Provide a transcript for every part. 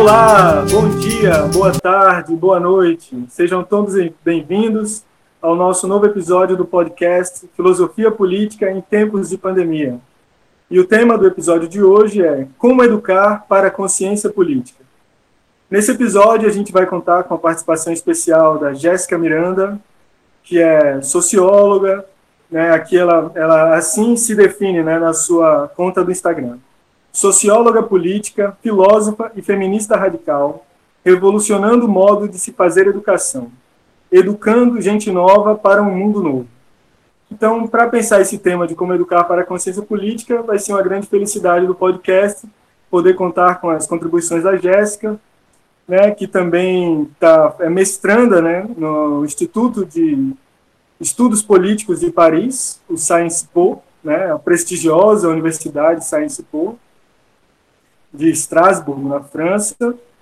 Olá, bom dia, boa tarde, boa noite. Sejam todos bem-vindos ao nosso novo episódio do podcast Filosofia Política em Tempos de Pandemia. E o tema do episódio de hoje é Como Educar para a Consciência Política. Nesse episódio, a gente vai contar com a participação especial da Jéssica Miranda, que é socióloga, né? Aqui ela assim se define, né, na sua conta do Instagram. Socióloga política, filósofa e feminista radical, revolucionando o modo de se fazer educação, educando gente nova para um mundo novo. Então, para pensar esse tema de como educar para a consciência política, vai ser uma grande felicidade do podcast poder contar com as contribuições da Jéssica, né, que também é mestranda, né, no Instituto de Estudos Políticos de Paris, o Sciences Po, né, a prestigiosa Universidade Sciences Po, de Estrasburgo, na França.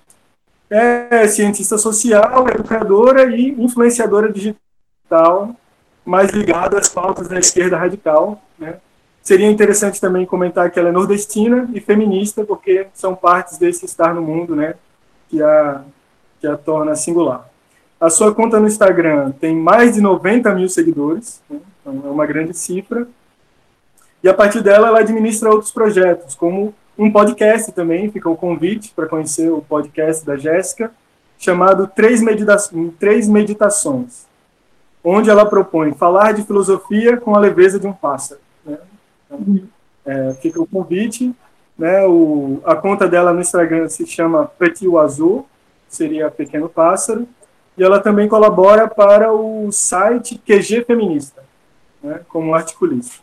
É cientista social, educadora e influenciadora digital, mais ligada às pautas da esquerda radical, né? Seria interessante também comentar que ela é nordestina e feminista, porque são partes desse estar no mundo, né, que a torna singular. A sua conta no Instagram tem mais de 90 mil seguidores, né? Então é uma grande cifra. E a partir dela, ela administra outros projetos, como um podcast também, fica o convite para conhecer o podcast da Jéssica, chamado Três Meditações, onde ela propõe falar de filosofia com a leveza de um pássaro, né? Então, fica o convite, né? A conta dela no Instagram se chama Petit Oiseau, seria Pequeno Pássaro, e ela também colabora para o site QG Feminista, né, como articulista.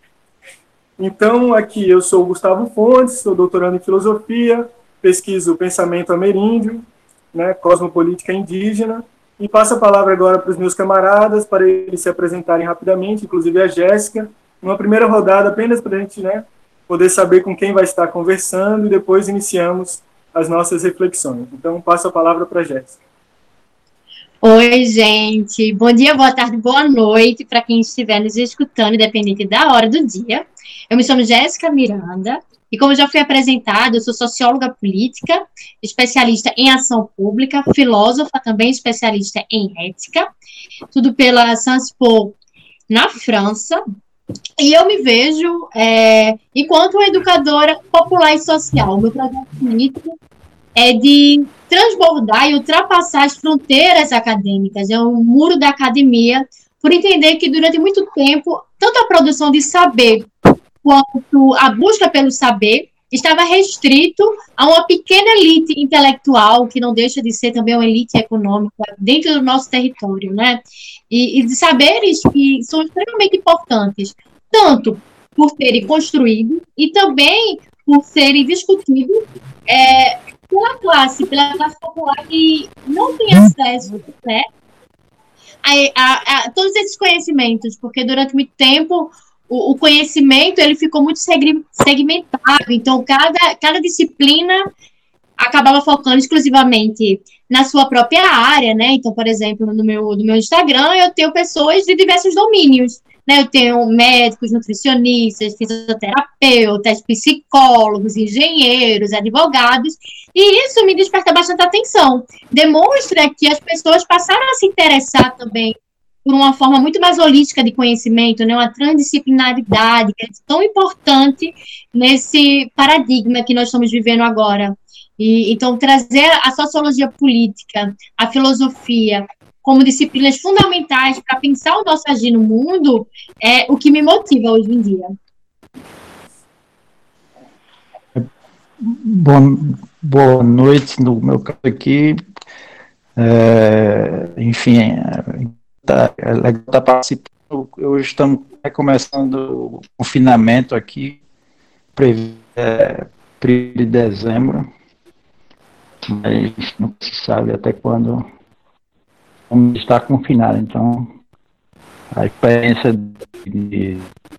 Então, aqui eu sou o Gustavo Fontes, sou doutorando em filosofia, pesquiso pensamento ameríndio, né, cosmopolítica indígena, e passo a palavra agora para os meus camaradas, para eles se apresentarem rapidamente, inclusive a Jéssica, numa primeira rodada, apenas para a gente, né, poder saber com quem vai estar conversando, e depois iniciamos as nossas reflexões. Então, passo a palavra para a Jéssica. Oi, gente. Bom dia, boa tarde, boa noite para quem estiver nos escutando, independente da hora do dia. Eu me chamo Jéssica Miranda e, como já fui apresentada, eu sou socióloga política, especialista em ação pública, filósofa também, especialista em ética, tudo pela Sciences Po na França. E eu me vejo enquanto uma educadora popular e social. O meu projeto político é de transbordar e ultrapassar as fronteiras acadêmicas, é um muro da academia, por entender que durante muito tempo, tanto a produção de saber quanto a busca pelo saber estava restrito a uma pequena elite intelectual, que não deixa de ser também uma elite econômica dentro do nosso território, né? E de saberes que são extremamente importantes, tanto por serem construídos e também por serem discutidos pela classe popular que não tem acesso, né, a todos esses conhecimentos, porque durante muito tempo o conhecimento ele ficou muito segmentado, então cada disciplina acabava focando exclusivamente na sua própria área, né? Então, por exemplo, no meu Instagram eu tenho pessoas de diversos domínios, né? Eu tenho médicos, nutricionistas, fisioterapeutas, psicólogos, engenheiros, advogados, e isso me desperta bastante atenção. Demonstra que as pessoas passaram a se interessar também por uma forma muito mais holística de conhecimento, né? Uma transdisciplinaridade que é tão importante nesse paradigma que nós estamos vivendo agora. Então, trazer a sociologia política, a filosofia, como disciplinas fundamentais para pensar o nosso agir no mundo, é o que me motiva hoje em dia. Boa noite, no meu caso aqui. Enfim, é legal estar participando. Hoje estamos começando o confinamento aqui, previsto 1º de dezembro, mas não se sabe até quando vamos estar confinado. Então, a experiência de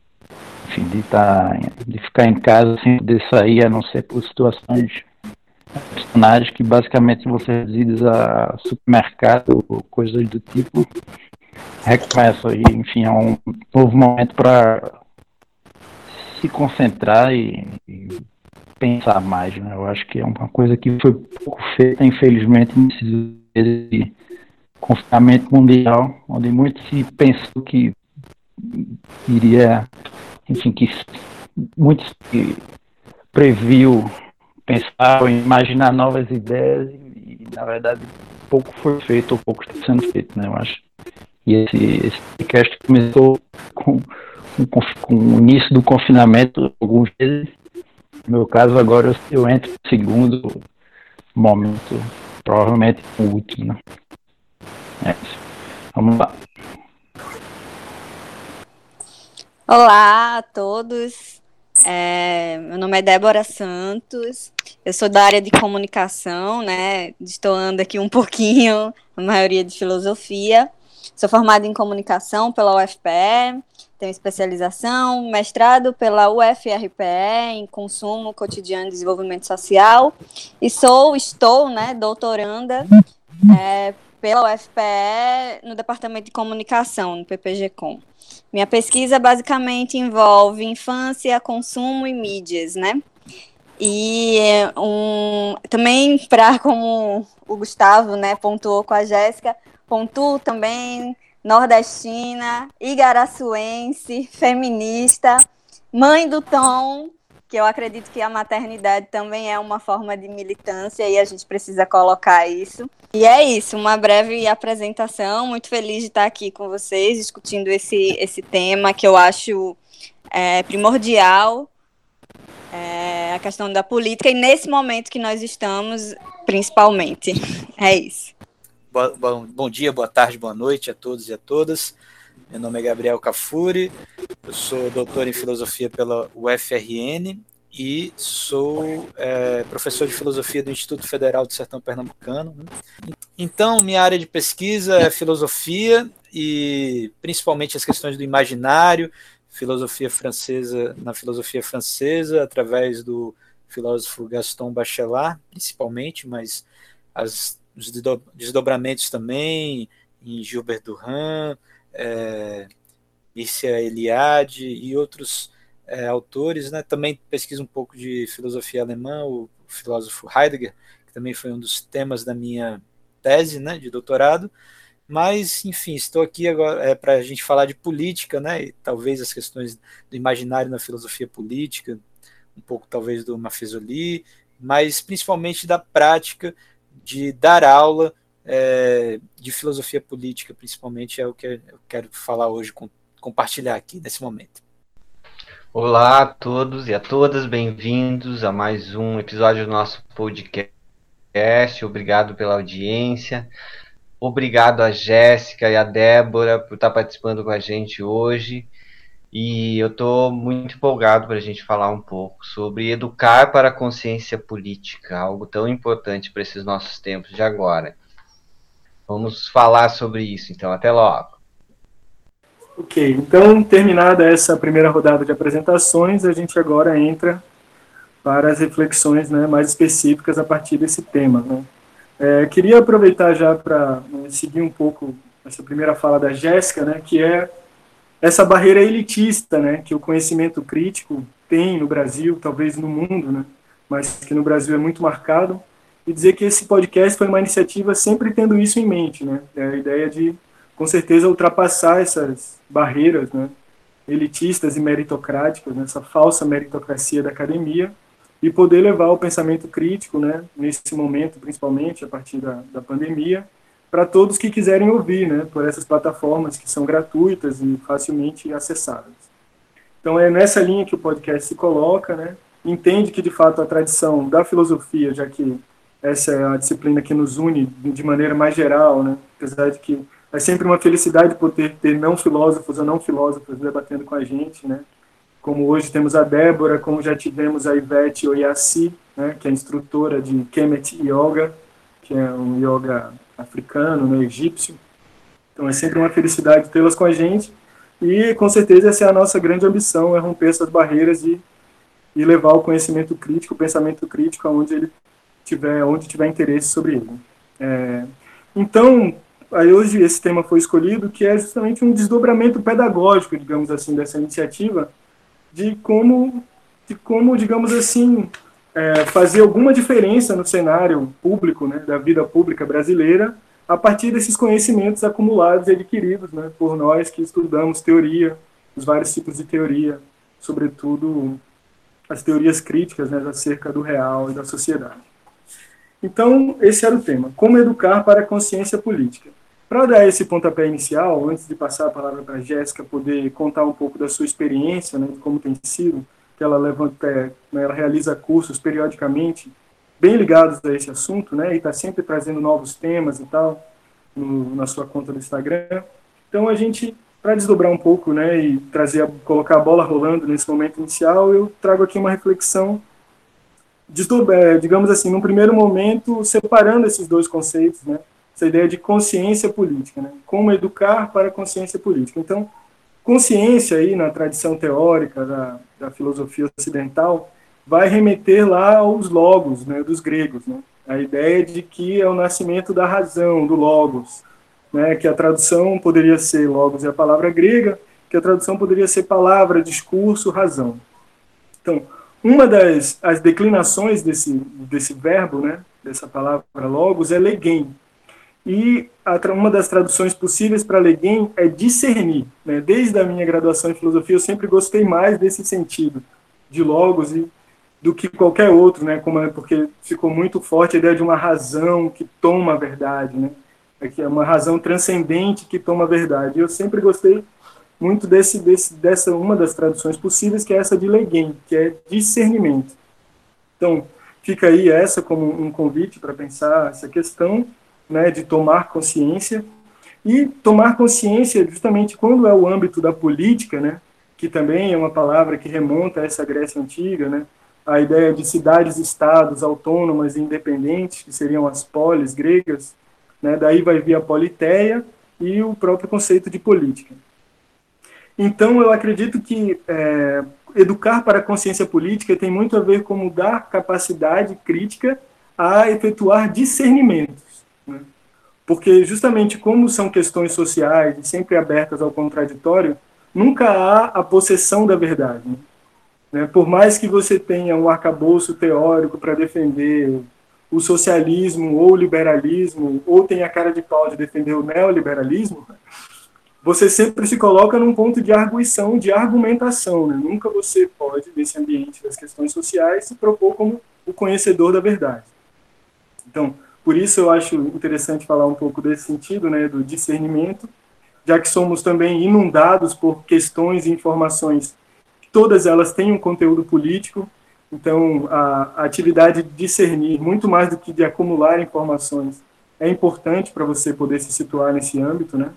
ficar em casa sem poder sair, a não ser por situações excepcionais que basicamente vão ser reduzidas a supermercado ou coisas do tipo, recomeça aí, enfim, é um novo momento para se concentrar e pensar mais, né? Eu acho que é uma coisa que foi pouco feita, infelizmente, nesses meses de confinamento mundial, onde muito se pensou que iria, enfim, que muito se previu, pensar ou imaginar novas ideias e, na verdade, pouco foi feito ou pouco está sendo feito, né? Eu acho. E esse podcast começou com o início do confinamento, alguns meses. No meu caso, agora eu entro no segundo momento, provavelmente o último, né? É isso. Vamos lá. Olá a todos, meu nome é Débora Santos, eu sou da área de comunicação, né, destoando aqui um pouquinho, a maioria de filosofia, sou formada em comunicação pela UFPE, tenho especialização, mestrado pela UFRPE em consumo cotidiano e desenvolvimento social, e estou, né, doutoranda pela UFPE no departamento de comunicação, no PPG-Com. Minha pesquisa basicamente envolve infância, consumo e mídias, né? E também, como o Gustavo, né, pontuou com a Jéssica, pontuo também nordestina, igaraçuense, feminista, mãe do Tom, que eu acredito que a maternidade também é uma forma de militância e a gente precisa colocar isso. E é isso, uma breve apresentação, muito feliz de estar aqui com vocês, discutindo esse tema que eu acho primordial, a questão da política, e nesse momento que nós estamos, principalmente. É isso. Bom dia, boa tarde, boa noite a todos e a todas. Meu nome é Gabriel Cafuri, eu sou doutor em filosofia pela UFRN e sou professor de filosofia do Instituto Federal do Sertão Pernambucano. Então, minha área de pesquisa é filosofia e principalmente as questões do imaginário, na filosofia francesa, através do filósofo Gaston Bachelard, principalmente, mas os desdobramentos também em Gilbert Durand, Mircea Eliade e outros autores, né? Também pesquiso um pouco de filosofia alemã, o filósofo Heidegger, que também foi um dos temas da minha tese, né, de doutorado. Mas, enfim, estou aqui agora para a gente falar de política, né, e talvez as questões do imaginário na filosofia política, um pouco talvez do Maffezoli, mas principalmente da prática de dar aula de filosofia política, principalmente é o que eu quero falar hoje, compartilhar aqui nesse momento. Olá a todos e a todas, bem-vindos a mais um episódio do nosso podcast. Obrigado pela audiência. Obrigado a Jéssica e a Débora por estar participando com a gente hoje. E eu estou muito empolgado para a gente falar um pouco sobre educar para a consciência política, algo tão importante para esses nossos tempos de agora. Vamos falar sobre isso, então. Até logo. Ok, então, terminada essa primeira rodada de apresentações, a gente agora entra para as reflexões, né, mais específicas a partir desse tema, né? Queria aproveitar já para seguir um pouco essa primeira fala da Jéssica, né, que é essa barreira elitista, né, que o conhecimento crítico tem no Brasil, talvez no mundo, né, mas que no Brasil é muito marcado, e dizer que esse podcast foi uma iniciativa sempre tendo isso em mente, né, a ideia de, com certeza, ultrapassar essas barreiras, né, elitistas e meritocráticas, né, essa falsa meritocracia da academia, e poder levar o pensamento crítico, né, nesse momento, principalmente a partir da pandemia, para todos que quiserem ouvir, né, por essas plataformas que são gratuitas e facilmente acessadas. Então é nessa linha que o podcast se coloca, né, entende que de fato a tradição da filosofia, já que essa é a disciplina que nos une de maneira mais geral, né, apesar de que é sempre uma felicidade poder ter não filósofos ou não filósofos debatendo com a gente, né, como hoje temos a Débora, como já tivemos a Ivete Oyassi, né, que é instrutora de Kemet Yoga, que é um yoga africano, né, egípcio. Então é sempre uma felicidade tê-las com a gente e, com certeza, essa é a nossa grande ambição, é romper essas barreiras e levar o conhecimento crítico, o pensamento crítico aonde ele onde tiver interesse sobre ele. Então, aí hoje esse tema foi escolhido, que é justamente um desdobramento pedagógico, digamos assim, dessa iniciativa, de como de como, digamos assim, fazer alguma diferença no cenário público, né, da vida pública brasileira, a partir desses conhecimentos acumulados e adquiridos, né, por nós que estudamos teoria, os vários tipos de teoria, sobretudo as teorias críticas, né, acerca do real e da sociedade. Então, esse era o tema, como educar para a consciência política. Para dar esse pontapé inicial, antes de passar a palavra para a Jéssica poder contar um pouco da sua experiência, né, de como tem sido, que ela ela realiza cursos periodicamente, bem ligados a esse assunto, né, e está sempre trazendo novos temas e tal, na sua conta do Instagram. Então, a gente, para desdobrar um pouco, né, e colocar a bola rolando nesse momento inicial, eu trago aqui uma reflexão, digamos assim, num primeiro momento, separando esses dois conceitos, né, essa ideia de consciência política, né, como educar para a consciência política. Então, consciência aí, na tradição teórica da filosofia ocidental, vai remeter lá aos logos, né, dos gregos, né, a ideia de que é o nascimento da razão, do logos, né, que a tradução poderia ser, logos é a palavra grega, que a tradução poderia ser palavra, discurso, razão. Então, uma das declinações desse verbo, né, dessa palavra logos, é leguem. E uma das traduções possíveis para leguem é discernir, né? Desde a minha graduação em filosofia, eu sempre gostei mais desse sentido de logos do que qualquer outro, né? Porque ficou muito forte a ideia de uma razão que toma a verdade, né? Que é uma razão transcendente que toma a verdade. Eu sempre gostei muito dessa uma das traduções possíveis, que é essa de leguem, que é discernimento. Então, fica aí essa como um convite para pensar essa questão, né, de tomar consciência, e tomar consciência justamente quando é o âmbito da política, né, que também é uma palavra que remonta a essa Grécia Antiga, né, a ideia de cidades-estados autônomas e independentes, que seriam as polis gregas, né, daí vai vir a politeia e o próprio conceito de política. Então, eu acredito que educar para a consciência política tem muito a ver com dar capacidade crítica a efetuar discernimentos. Porque justamente como são questões sociais e sempre abertas ao contraditório, nunca há a possessão da verdade. Né? Por mais que você tenha um arcabouço teórico para defender o socialismo ou o liberalismo, ou tenha a cara de pau de defender o neoliberalismo, você sempre se coloca num ponto de arguição, de argumentação. Né? Nunca você pode, nesse ambiente das questões sociais, se propor como o conhecedor da verdade. Então, por isso eu acho interessante falar um pouco desse sentido, né, do discernimento, já que somos também inundados por questões e informações, todas elas têm um conteúdo político, então a atividade de discernir, muito mais do que de acumular informações, é importante para você poder se situar nesse âmbito, né?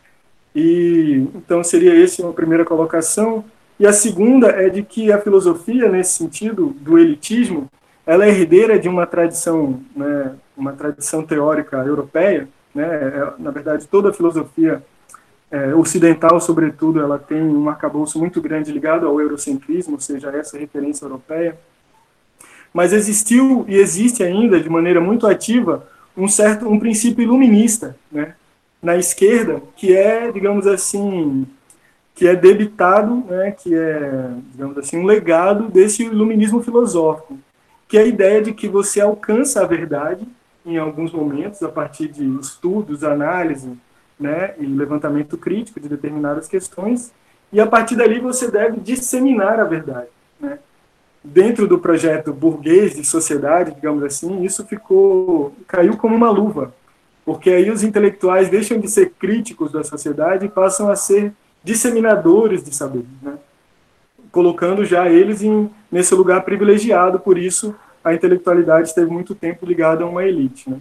E então seria essa uma primeira colocação. E a segunda é de que a filosofia, nesse sentido do elitismo, ela é herdeira de uma tradição, né, uma tradição teórica europeia, né, na verdade toda a filosofia ocidental, sobretudo, ela tem um arcabouço muito grande ligado ao eurocentrismo, ou seja, essa referência europeia, mas existiu e existe ainda, de maneira muito ativa, um princípio iluminista, né, na esquerda, que é, digamos assim, que é debitado, né, que é, digamos assim, um legado desse iluminismo filosófico, que é a ideia de que você alcança a verdade em alguns momentos, a partir de estudos, análise, né, e levantamento crítico de determinadas questões, e a partir dali você deve disseminar a verdade. Né. Dentro do projeto burguês de sociedade, digamos assim, isso caiu como uma luva, porque aí os intelectuais deixam de ser críticos da sociedade e passam a ser disseminadores de saber, né, colocando já eles nesse lugar privilegiado. Por isso a intelectualidade esteve muito tempo ligada a uma elite, né?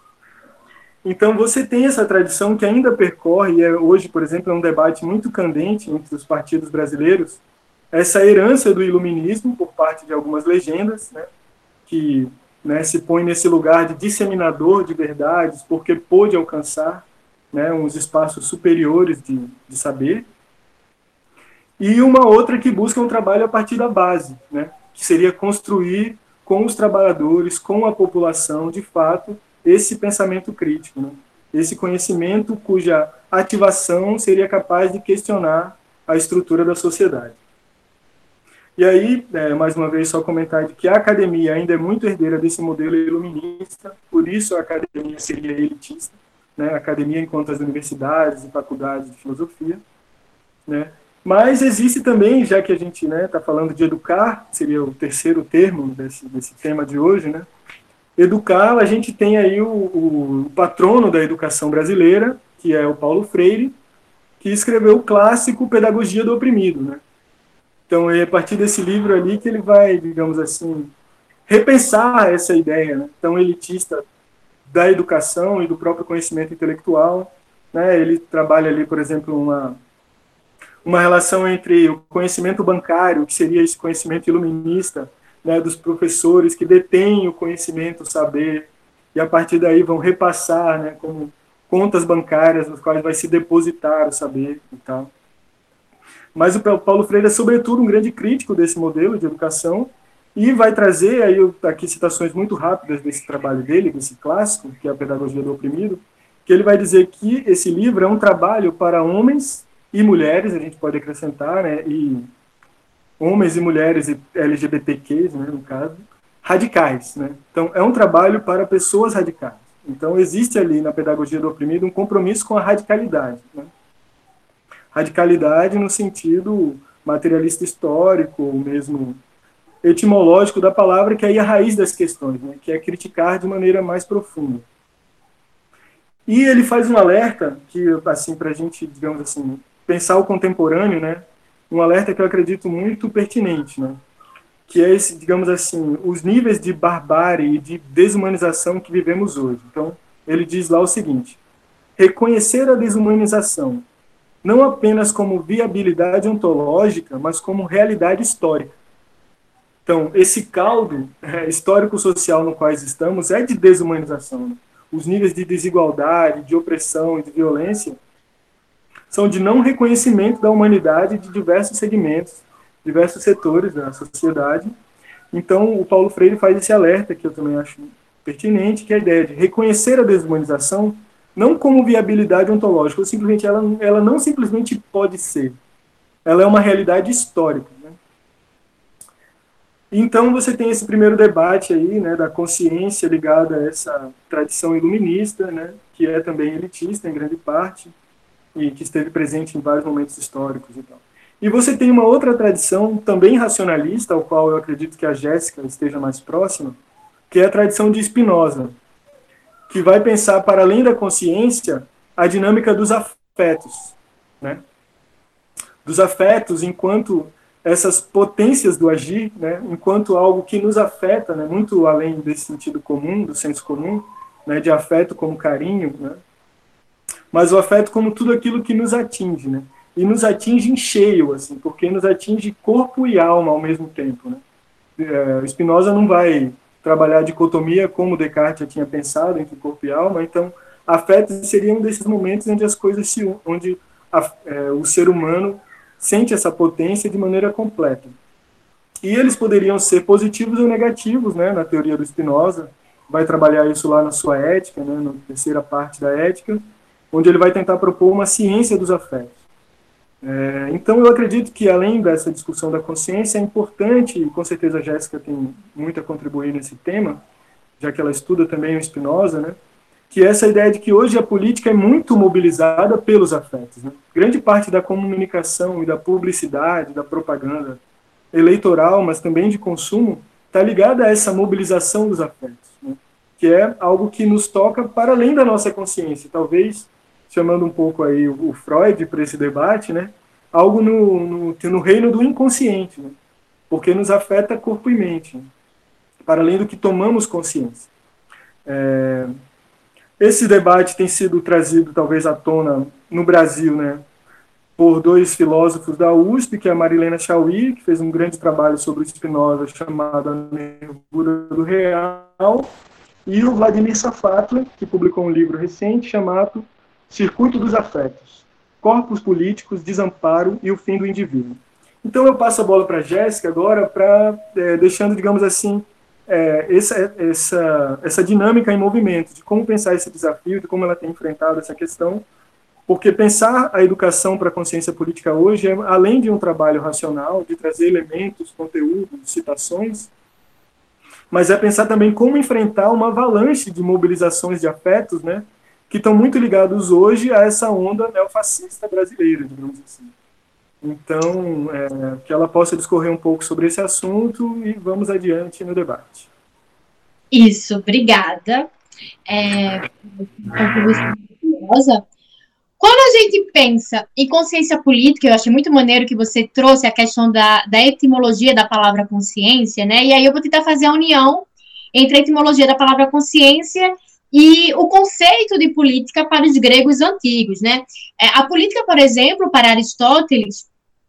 Então você tem essa tradição que ainda percorre, e hoje, por exemplo, é um debate muito candente entre os partidos brasileiros, essa herança do iluminismo por parte de algumas legendas, né, que, né, se põe nesse lugar de disseminador de verdades, porque pôde alcançar, né, uns espaços superiores de saber, e uma outra que busca um trabalho a partir da base, né, que seria construir com os trabalhadores, com a população, de fato, esse pensamento crítico, né, esse conhecimento cuja ativação seria capaz de questionar a estrutura da sociedade. E aí, mais uma vez, só comentar de que a academia ainda é muito herdeira desse modelo iluminista, por isso a academia seria elitista, né? A academia enquanto as universidades e faculdades de filosofia, né? Mas existe também, já que a gente está falando de educar, seria o terceiro termo desse tema de hoje, né? Educar, a gente tem aí o patrono da educação brasileira, que é o Paulo Freire, que escreveu o clássico Pedagogia do Oprimido, né? Então, é a partir desse livro ali que ele vai, digamos assim, repensar essa ideia, né, tão elitista da educação e do próprio conhecimento intelectual, né? Ele trabalha ali, por exemplo, uma relação entre o conhecimento bancário, que seria esse conhecimento iluminista, né, dos professores que detêm o conhecimento, o saber, e a partir daí vão repassar, né, como contas bancárias nas quais vai se depositar o saber e tal. Mas o Paulo Freire é, sobretudo, um grande crítico desse modelo de educação e vai trazer, aí aqui citações muito rápidas desse trabalho dele, desse clássico, que é a Pedagogia do Oprimido, que ele vai dizer que esse livro é um trabalho para homens e mulheres, a gente pode acrescentar, né, e homens e mulheres e LGBTQs, né, no caso, radicais, né? Então, é um trabalho para pessoas radicais. Então, existe ali na Pedagogia do Oprimido um compromisso com a radicalidade, né? Radicalidade no sentido materialista histórico, ou mesmo etimológico da palavra, que é aí a raiz das questões, né? Que é criticar de maneira mais profunda. E ele faz um alerta, que, assim, para a gente, digamos assim, pensar o contemporâneo, né? Um alerta que eu acredito muito pertinente, né? Que é esse, digamos assim, os níveis de barbárie e de desumanização que vivemos hoje. Então, ele diz lá o seguinte: reconhecer a desumanização não apenas como viabilidade ontológica, mas como realidade histórica. Então, esse caldo histórico-social no qual estamos é de desumanização, né? Os níveis de desigualdade, de opressão e de violência são de não reconhecimento da humanidade de diversos segmentos, diversos setores da sociedade. Então, o Paulo Freire faz esse alerta, que eu também acho pertinente, que é a ideia de reconhecer a desumanização não como viabilidade ontológica, ou simplesmente ela não simplesmente pode ser, ela é uma realidade histórica, né? Então você tem esse primeiro debate aí, né, da consciência ligada a essa tradição iluminista, né, que é também elitista em grande parte e que esteve presente em vários momentos históricos e tal. E você tem uma outra tradição também racionalista, ao qual eu acredito que a Jéssica esteja mais próxima, que é a tradição de Spinoza, que vai pensar, para além da consciência, a dinâmica dos afetos, né? Dos afetos enquanto essas potências do agir, né? Enquanto algo que nos afeta, né? Muito além desse sentido comum, do senso comum, né? De afeto como carinho, né? Mas o afeto como tudo aquilo que nos atinge, né? E nos atinge em cheio, assim, porque nos atinge corpo e alma ao mesmo tempo, né? Spinoza não vai trabalhar a dicotomia como Descartes já tinha pensado entre corpo e alma. Então, afeto seria um desses momentos onde as coisas onde o ser humano sente essa potência de maneira completa. E eles poderiam ser positivos ou negativos, né? Na teoria do Spinoza, vai trabalhar isso lá na sua ética, né? Na terceira parte da ética, onde ele vai tentar propor uma ciência dos afetos. Então, eu acredito que, além dessa discussão da consciência, é importante, e com certeza a Jéssica tem muito a contribuir nesse tema, já que ela estuda também o Spinoza, né, que é essa ideia de que hoje a política é muito mobilizada pelos afetos, né? Grande parte da comunicação e da publicidade, da propaganda eleitoral, mas também de consumo, está ligada a essa mobilização dos afetos, né, que é algo que nos toca para além da nossa consciência, talvez chamando um pouco aí o Freud para esse debate, né? Algo no reino do inconsciente, né? Porque nos afeta corpo e mente, né? Para além do que tomamos consciência. Esse debate tem sido trazido, talvez, à tona no Brasil, né? Por dois filósofos da USP, que é a Marilena Chauí, que fez um grande trabalho sobre o Spinoza, chamado A Nervura do Real, e o Vladimir Safatli, que publicou um livro recente chamado Circuito dos Afetos, Corpos Políticos, Desamparo e o Fim do Indivíduo. Então eu passo a bola para a Jéssica agora, deixando, digamos assim, essa dinâmica em movimento, de como pensar esse desafio, de como ela tem enfrentado essa questão, Porque pensar a educação para a consciência política hoje é, além de um trabalho racional, de trazer elementos, conteúdos, citações, mas é pensar também como enfrentar uma avalanche de mobilizações de afetos, né, que estão muito ligados hoje a essa onda neofascista brasileira, digamos assim. Então, que ela possa discorrer um pouco sobre esse assunto e vamos adiante no debate. Isso, obrigada. Contribuição maravilhosa. Quando a gente pensa em consciência política, eu achei muito maneiro que você trouxe a questão da etimologia da palavra consciência, né? E aí eu vou tentar fazer a união entre a etimologia da palavra consciência e o conceito de política para os gregos antigos, né? A política, por exemplo, para Aristóteles,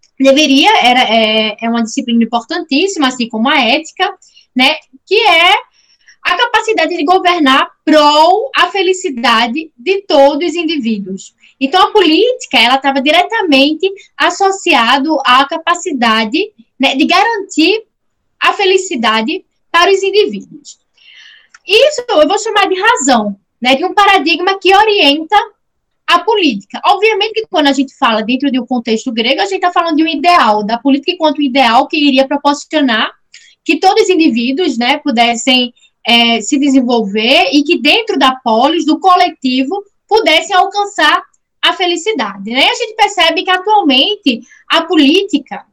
é uma disciplina importantíssima, assim como a ética, né? Que é a capacidade de governar prol a felicidade de todos os indivíduos. Então, a política, ela estava diretamente associado à capacidade, né, de garantir a felicidade para os indivíduos. Isso eu vou chamar de razão, né, de um paradigma que orienta a política. Obviamente que quando a gente fala dentro de um contexto grego, a gente está falando de um ideal, da política enquanto um ideal que iria proporcionar que todos os indivíduos, né, pudessem se desenvolver e que dentro da polis, do coletivo, pudessem alcançar a felicidade, né? A gente percebe que atualmente a política,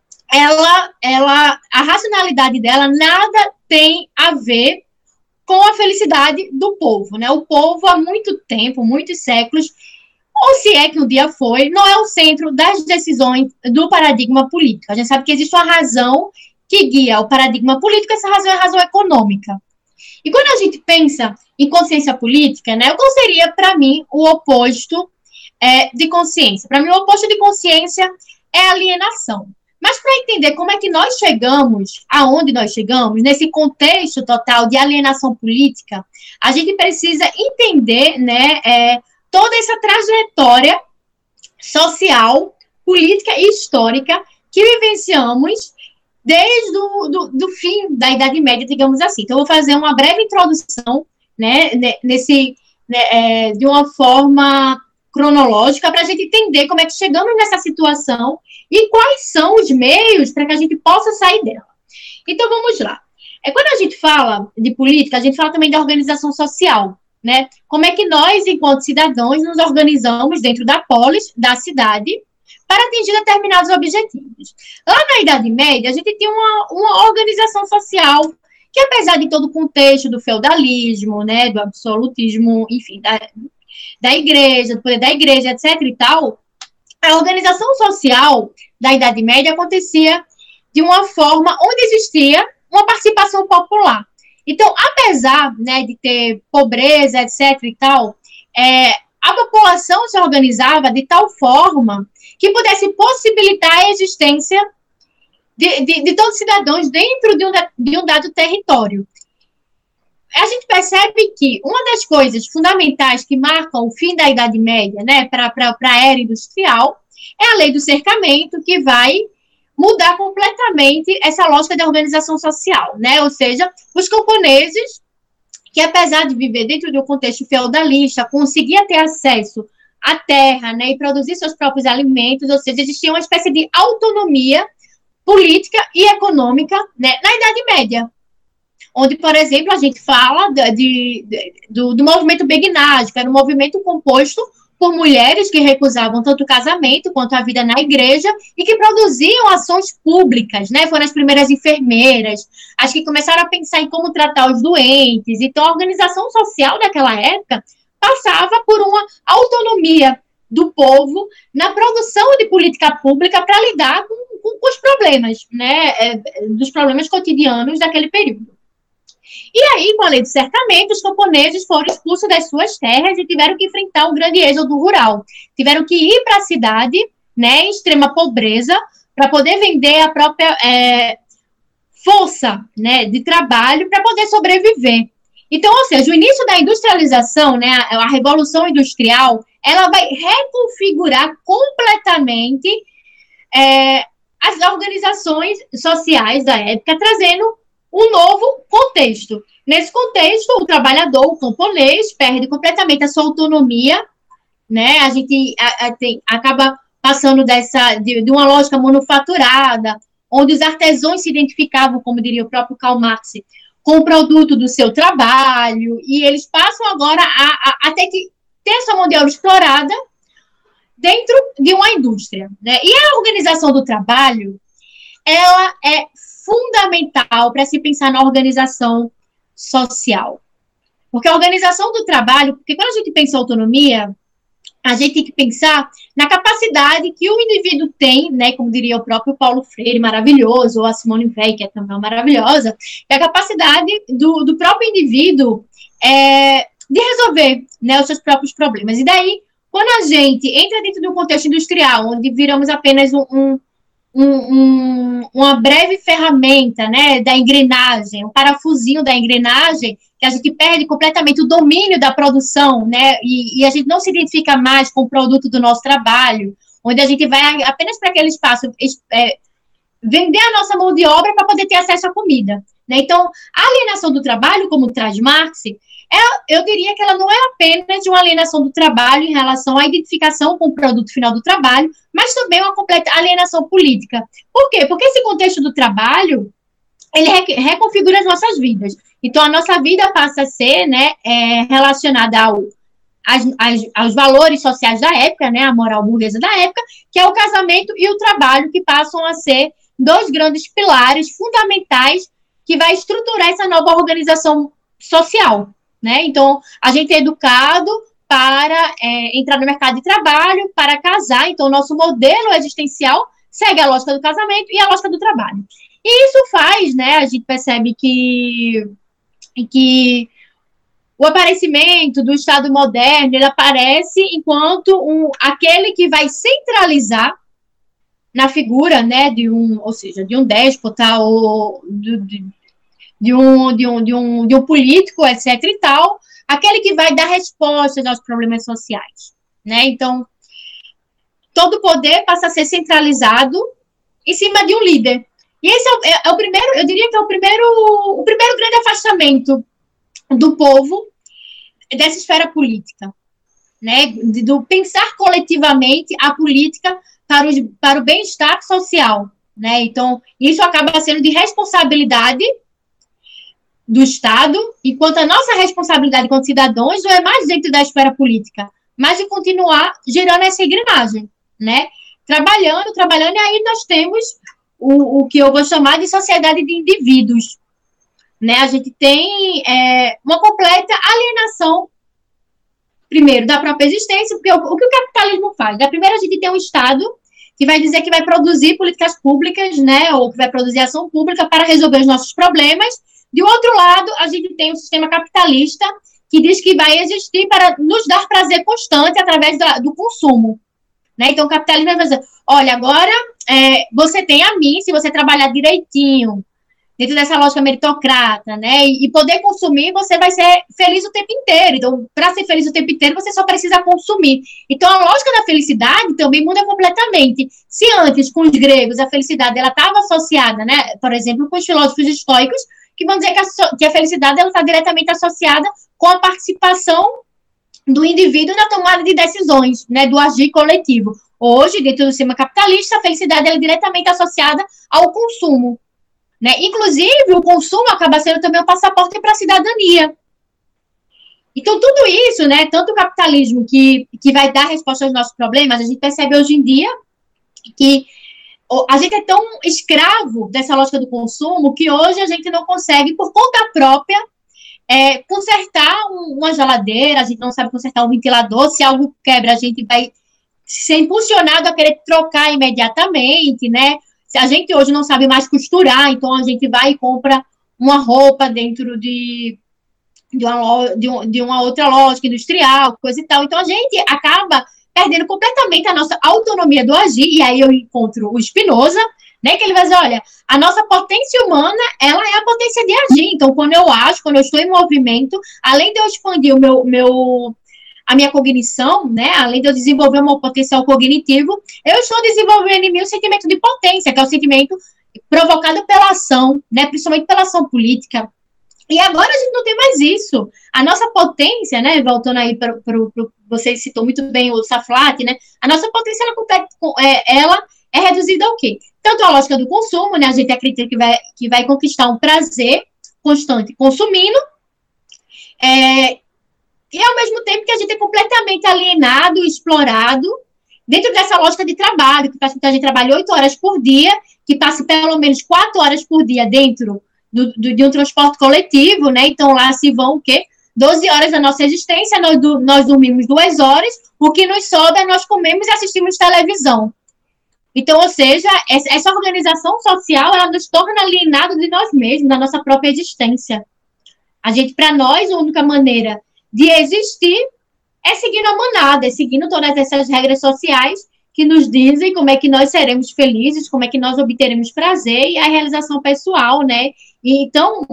a racionalidade dela nada tem a ver com a felicidade do povo, né? O povo há muito tempo, muitos séculos, ou se é que um dia foi, não é o centro das decisões do paradigma político. A gente sabe que existe uma razão que guia o paradigma político, essa razão é a razão econômica. E quando a gente pensa em consciência política, né, qual seria, para mim, o oposto de consciência? Para mim, o oposto de consciência é alienação. Mas para entender como é que nós chegamos aonde nós chegamos, nesse contexto total de alienação política, a gente precisa entender, né, toda essa trajetória social, política e histórica que vivenciamos desde o fim da Idade Média, digamos assim. Então, eu vou fazer uma breve introdução, né, de uma forma cronológica, para a gente entender como é que chegamos nessa situação e quais são os meios para que a gente possa sair dela. Então, vamos lá. Quando a gente fala de política, a gente fala também da organização social, né? Como é que nós, enquanto cidadãos, nos organizamos dentro da polis, da cidade, para atingir determinados objetivos. Lá na Idade Média, a gente tinha uma organização social que, apesar de todo o contexto do feudalismo, né, do absolutismo, enfim, da igreja, do poder da igreja, etc. e tal, a organização social da Idade Média acontecia de uma forma onde existia uma participação popular. Então, apesar, né, de ter pobreza, etc. e tal, a população se organizava de tal forma que pudesse possibilitar a existência de todos os cidadãos dentro de um dado território. A gente percebe que uma das coisas fundamentais que marcam o fim da Idade Média, né, para a era industrial, é a lei do cercamento, que vai mudar completamente essa lógica da organização social, né? Ou seja, os camponeses, que apesar de viver dentro de um contexto feudalista, conseguia ter acesso à terra, né, e produzir seus próprios alimentos, ou seja, existia uma espécie de autonomia política e econômica, né, na Idade Média, onde, por exemplo, a gente fala do movimento beguinágio, que era um movimento composto por mulheres que recusavam tanto o casamento quanto a vida na igreja e que produziam ações públicas, né? Foram as primeiras enfermeiras, as que começaram a pensar em como tratar os doentes. Então, a organização social daquela época passava por uma autonomia do povo na produção de política pública para lidar com os problemas, né? Dos problemas cotidianos daquele período. E aí, com a lei do cercamento, os camponeses foram expulsos das suas terras e tiveram que enfrentar o grande êxodo rural. Tiveram que ir para a cidade, né, em extrema pobreza, para poder vender a própria força, né, de trabalho para poder sobreviver. Então, ou seja, o início da industrialização, né, a Revolução Industrial, ela vai reconfigurar completamente as organizações sociais da época, trazendo um novo contexto. Nesse contexto, o trabalhador, o camponês, perde completamente a sua autonomia né? A gente acaba passando de uma lógica manufaturada, onde os artesãos se identificavam, como diria o próprio Karl Marx, com o produto do seu trabalho, e eles passam agora a ter que ter essa mão de obra explorada dentro de uma indústria, né? E a organização do trabalho, ela é fundamental para se pensar na organização social. Porque a organização do trabalho, porque quando a gente pensa em autonomia, a gente tem que pensar na capacidade que o indivíduo tem, né, como diria o próprio Paulo Freire, maravilhoso, ou a Simone Weil, que é também maravilhosa, é a capacidade do próprio indivíduo de resolver, né, os seus próprios problemas. E daí, quando a gente entra dentro de um contexto industrial, onde viramos apenas uma breve ferramenta, né, da engrenagem, um parafusinho da engrenagem, que a gente perde completamente o domínio da produção, né, e a gente não se identifica mais com o produto do nosso trabalho, onde a gente vai apenas para aquele espaço vender a nossa mão de obra para poder ter acesso à comida, né? Então, a alienação do trabalho, como traz Marx, eu diria que ela não é apenas de uma alienação do trabalho em relação à identificação com o produto final do trabalho, mas também uma completa alienação política. Por quê? Porque esse contexto do trabalho, ele reconfigura as nossas vidas. Então, a nossa vida passa a ser, né, relacionada aos valores sociais da época, né, a moral burguesa da época, que é o casamento e o trabalho, que passam a ser dois grandes pilares fundamentais que vai estruturar essa nova organização social, né? Então, a gente é educado para entrar no mercado de trabalho, para casar. Então, o nosso modelo existencial segue a lógica do casamento e a lógica do trabalho. E isso faz, né, a gente percebe que o aparecimento do Estado moderno, ele aparece enquanto aquele que vai centralizar na figura, né, de um déspota ou de um político, etc. e tal, aquele que vai dar respostas aos problemas sociais, né? Então, todo o poder passa a ser centralizado em cima de um líder. E esse é o primeiro, eu diria que é o primeiro grande afastamento do povo dessa esfera política, né? Do pensar coletivamente a política para o bem-estar social, né? Então, isso acaba sendo de responsabilidade do Estado, enquanto a nossa responsabilidade enquanto cidadãos não é mais dentro da esfera política, mas de continuar gerando essa engrenagem, né? Trabalhando, e aí nós temos o que eu vou chamar de sociedade de indivíduos, né? A gente tem uma completa alienação, primeiro, da própria existência, porque o que o capitalismo faz? Primeiro, a gente tem um Estado que vai dizer que vai produzir políticas públicas, né, ou que vai produzir ação pública para resolver os nossos problemas. De outro lado, a gente tem um sistema capitalista que diz que vai existir para nos dar prazer constante através do consumo, né? Então, o capitalismo vai dizer, olha, agora você tem a mim, se você trabalhar direitinho, dentro dessa lógica meritocrata, né, e poder consumir, você vai ser feliz o tempo inteiro. Então, para ser feliz o tempo inteiro, você só precisa consumir. Então, a lógica da felicidade também muda completamente. Se antes, com os gregos, a felicidade ela estava associada, né, por exemplo, com os filósofos estoicos, que vão dizer que a felicidade está diretamente associada com a participação do indivíduo na tomada de decisões, né, do agir coletivo. Hoje, dentro do sistema capitalista, a felicidade ela é diretamente associada ao consumo, né? Inclusive, o consumo acaba sendo também um passaporte para a cidadania. Então, tudo isso, né, tanto o capitalismo que vai dar resposta aos nossos problemas, a gente percebe hoje em dia que a gente é tão escravo dessa lógica do consumo que hoje a gente não consegue, por conta própria, consertar uma geladeira, a gente não sabe consertar um ventilador, se algo quebra, a gente vai ser impulsionado a querer trocar imediatamente, né? Se a gente hoje não sabe mais costurar, então a gente vai e compra uma roupa dentro de uma outra lógica industrial, coisa e tal. Então a gente acaba perdendo completamente a nossa autonomia do agir, e aí eu encontro o Spinoza, né, que ele vai dizer, olha, a nossa potência humana, ela é a potência de agir. Então, quando eu ajo, quando eu estou em movimento, além de eu expandir a minha cognição, né, além de eu desenvolver o meu potencial cognitivo, eu estou desenvolvendo em mim o sentimento de potência, que é o sentimento provocado pela ação, né, principalmente pela ação política. E agora a gente não tem mais isso. A nossa potência, né, voltando aí para você citou muito bem o Saflat, né, a nossa potência, ela é reduzida ao quê? Tanto a lógica do consumo, né, a gente acredita que vai conquistar um prazer constante consumindo, e ao mesmo tempo que a gente é completamente alienado, explorado, dentro dessa lógica de trabalho, que faz com que a gente trabalhe 8 horas por dia, que passe pelo menos 4 horas por dia dentro de um transporte coletivo, né? Então lá se vão o quê? 12 horas da nossa existência, nós dormimos 2 horas, o que nos sobra nós comemos e assistimos televisão. Então, ou seja, essa organização social, ela nos torna alienados de nós mesmos, da nossa própria existência. Para nós, a única maneira de existir é seguindo a manada, é seguindo todas essas regras sociais que nos dizem como é que nós seremos felizes, como é que nós obteremos prazer e a realização pessoal, né? E, então,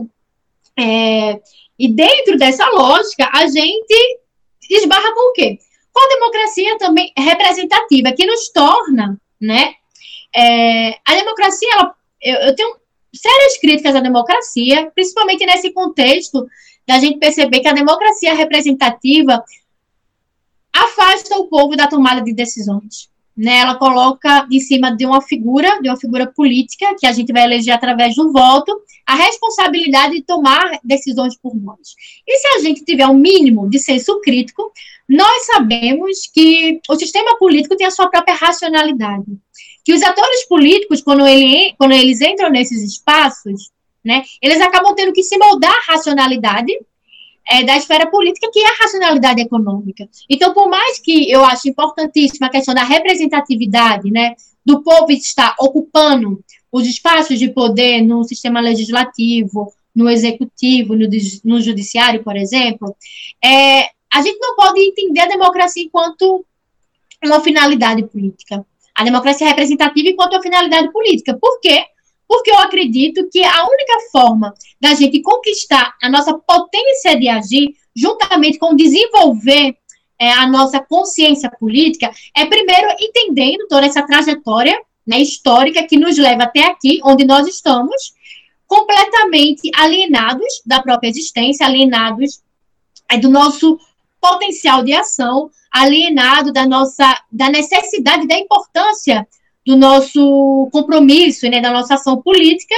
e dentro dessa lógica, a gente esbarra com o quê? Com a democracia também representativa, que nos torna, né? A democracia, eu tenho sérias críticas à democracia, principalmente nesse contexto da gente perceber que a democracia representativa afasta o povo da tomada de decisões. Né? Ela coloca em cima de uma figura política, que a gente vai eleger através do voto, a responsabilidade de tomar decisões por nós. E se a gente tiver um mínimo de senso crítico, nós sabemos que o sistema político tem a sua própria racionalidade. Que os atores políticos, quando eles entram nesses espaços, né, eles acabam tendo que se moldar à racionalidade da esfera política, que é a racionalidade econômica. Então, por mais que eu acho importantíssima a questão da representatividade, né, do povo estar ocupando os espaços de poder no sistema legislativo, no executivo, no judiciário, por exemplo, a gente não pode entender a democracia enquanto uma finalidade política. A democracia representativa enquanto uma finalidade política. Por quê? Porque eu acredito que a única forma da gente conquistar a nossa potência de agir, juntamente com desenvolver a nossa consciência política, é primeiro entendendo toda essa trajetória, né, histórica que nos leva até aqui, onde nós estamos, completamente alienados da própria existência, alienados do nosso potencial de ação, alienado da necessidade, da importância do nosso compromisso, né, da nossa ação política,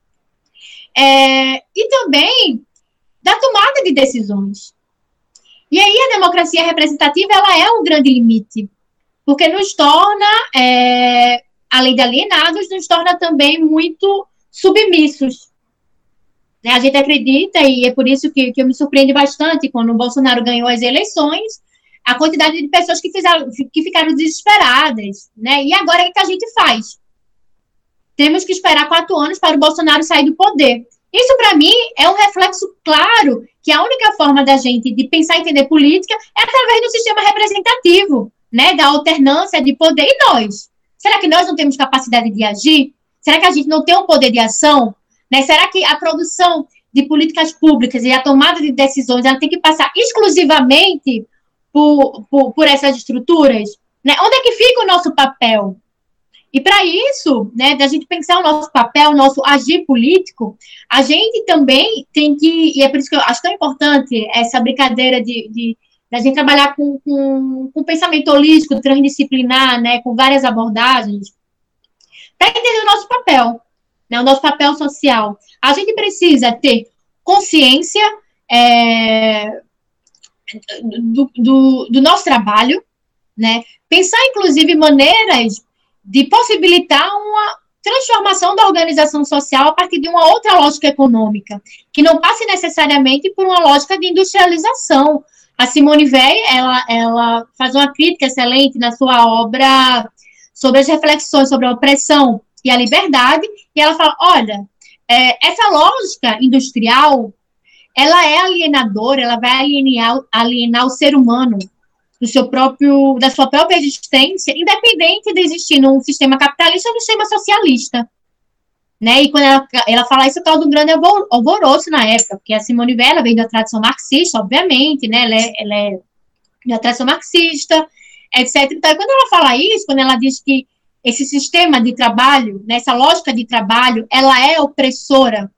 e também da tomada de decisões. E aí a democracia representativa, ela é um grande limite, porque nos torna, além de alienados, nos torna também muito submissos. Né? A gente acredita, e é por isso que eu me surpreendo bastante, quando o Bolsonaro ganhou as eleições, a quantidade de pessoas que ficaram desesperadas, né? E agora o que a gente faz? Temos que esperar 4 anos para o Bolsonaro sair do poder. Isso, para mim, é um reflexo claro que a única forma da gente de pensar e entender política é através do sistema representativo, né? Da alternância de poder. E nós? Será que nós não temos capacidade de agir? Será que a gente não tem um poder de ação? Né? Será que a produção de políticas públicas e a tomada de decisões ela tem que passar exclusivamente por essas estruturas, né? Onde é que fica o nosso papel? E para isso, né, da gente pensar o nosso papel, o nosso agir político, a gente também tem que, e é por isso que eu acho tão importante essa brincadeira da gente trabalhar com pensamento holístico, transdisciplinar, né, com várias abordagens, para entender o nosso papel, né, o nosso papel social. A gente precisa ter consciência do nosso trabalho, né? Pensar, inclusive, maneiras de possibilitar uma transformação da organização social a partir de uma outra lógica econômica, que não passe necessariamente por uma lógica de industrialização. A Simone Weil, ela faz uma crítica excelente na sua obra sobre as reflexões sobre a opressão e a liberdade, e ela fala, olha, essa lógica industrial, ela é alienadora, ela vai alienar o ser humano da sua própria existência, independente de existir num sistema capitalista ou num sistema socialista. Né? E quando ela fala isso, causa um grande alvoroço na época, porque a Simone Weil vem da tradição marxista, obviamente, né? Ela é da tradição marxista, etc. Então, quando ela fala isso, quando ela diz que esse sistema de trabalho, né, essa lógica de trabalho, ela é opressora,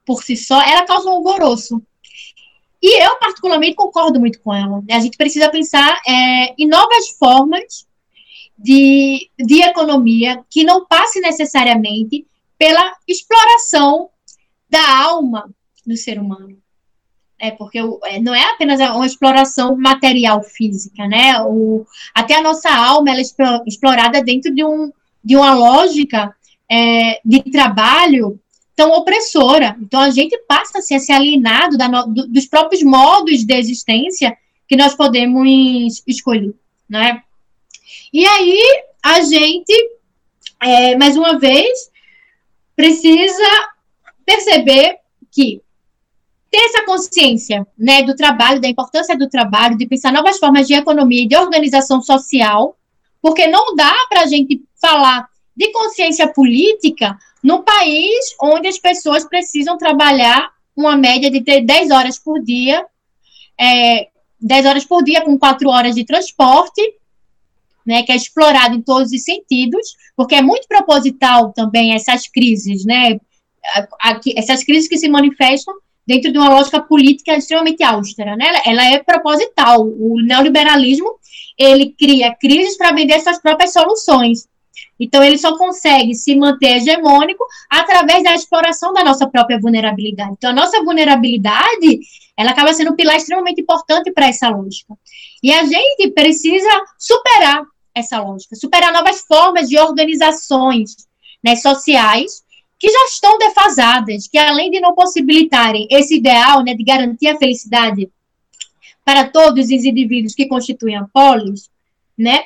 por si só, ela causa um alvoroço. E eu, particularmente, concordo muito com ela. A gente precisa pensar em novas formas de economia que não passe necessariamente pela exploração da alma do ser humano. Porque não é apenas uma exploração material física, né? Até a nossa alma ela é explorada dentro de uma lógica de trabalho tão opressora. Então, a gente passa assim, a ser alienado dos próprios modos de existência que nós podemos escolher, né? E aí, a gente, mais uma vez, precisa perceber que ter essa consciência, né, do trabalho, da importância do trabalho, de pensar novas formas de economia e de organização social, porque não dá para a gente falar de consciência política num país onde as pessoas precisam trabalhar uma média de ter 10 horas por dia, 10 horas por dia com 4 horas de transporte, né, que é explorado em todos os sentidos, porque é muito proposital também essas crises, né, essas crises que se manifestam dentro de uma lógica política extremamente austera, né? Ela é proposital. O neoliberalismo, ele cria crises para vender suas próprias soluções. Então, ele só consegue se manter hegemônico através da exploração da nossa própria vulnerabilidade. Então, a nossa vulnerabilidade, ela acaba sendo um pilar extremamente importante para essa lógica. E a gente precisa superar essa lógica, superar novas formas de organizações, né, sociais, que já estão defasadas, que além de não possibilitarem esse ideal, né, de garantir a felicidade para todos os indivíduos que constituem a polis, né,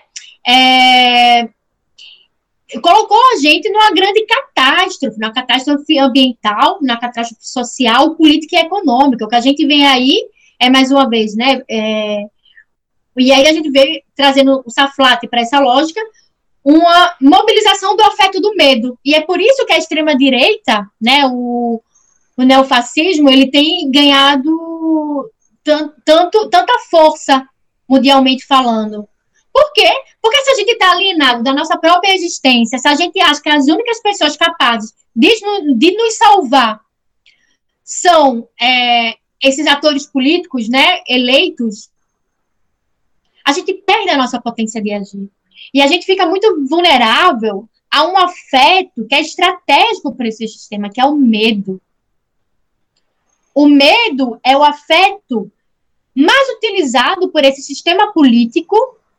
colocou a gente numa grande catástrofe, na catástrofe ambiental, na catástrofe social, política e econômica. O que a gente vem aí mais uma vez, né, e aí a gente vem trazendo o Saflati para essa lógica, uma mobilização do afeto do medo. E é por isso que a extrema-direita, né, o neofascismo, ele tem ganhado tanta força, mundialmente falando. Por quê? Porque se a gente está alienado da nossa própria existência, se a gente acha que as únicas pessoas capazes de nos salvar são esses atores políticos, né, eleitos, a gente perde a nossa potência de agir. E a gente fica muito vulnerável a um afeto que é estratégico para esse sistema, que é o medo. O medo é o afeto mais utilizado por esse sistema político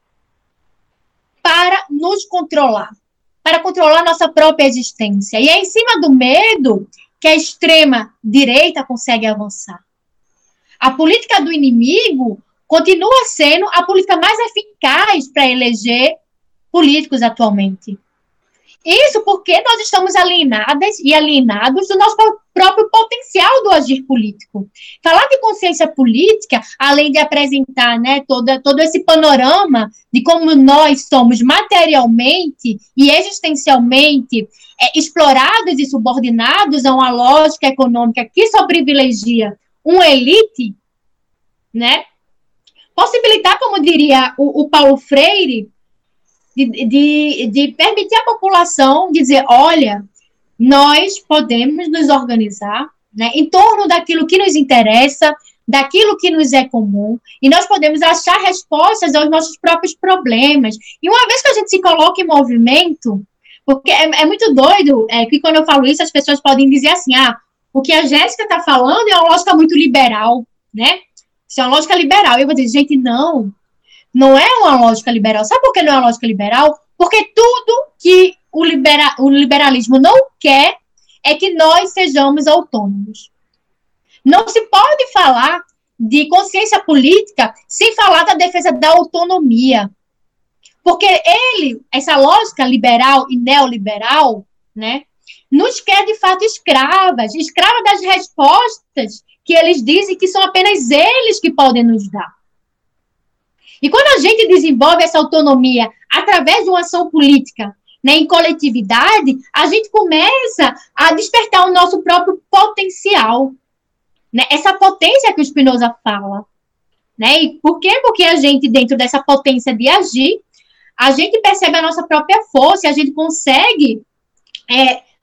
para nos controlar, para controlar nossa própria existência. E é em cima do medo que a extrema-direita consegue avançar. A política do inimigo continua sendo a política mais eficaz para eleger políticos atualmente. Isso porque nós estamos alienadas e alienados do nosso próprio potencial do agir político. Falar de consciência política, além de apresentar, né, todo esse panorama de como nós somos materialmente e existencialmente explorados e subordinados a uma lógica econômica que só privilegia uma elite, né? Possibilitar, como diria o Paulo Freire, de permitir à população dizer, olha, nós podemos nos organizar, né, em torno daquilo que nos interessa, daquilo que nos é comum, e nós podemos achar respostas aos nossos próprios problemas. E uma vez que a gente se coloca em movimento, porque é muito doido, que quando eu falo isso, as pessoas podem dizer assim, o que a Jéssica está falando é uma lógica muito liberal, né? Isso é uma lógica liberal. E eu vou dizer, gente, não é uma lógica liberal. Sabe por que não é uma lógica liberal? Porque tudo que o liberalismo não quer é que nós sejamos autônomos. Não se pode falar de consciência política sem falar da defesa da autonomia. Porque essa lógica liberal e neoliberal, né, nos quer de fato escravas das respostas que eles dizem que são apenas eles que podem nos dar. E quando a gente desenvolve essa autonomia através de uma ação política, né, em coletividade, a gente começa a despertar o nosso próprio potencial, né, essa potência que o Spinoza fala. Né? E por quê? Porque a gente, dentro dessa potência de agir, a gente percebe a nossa própria força, e a gente consegue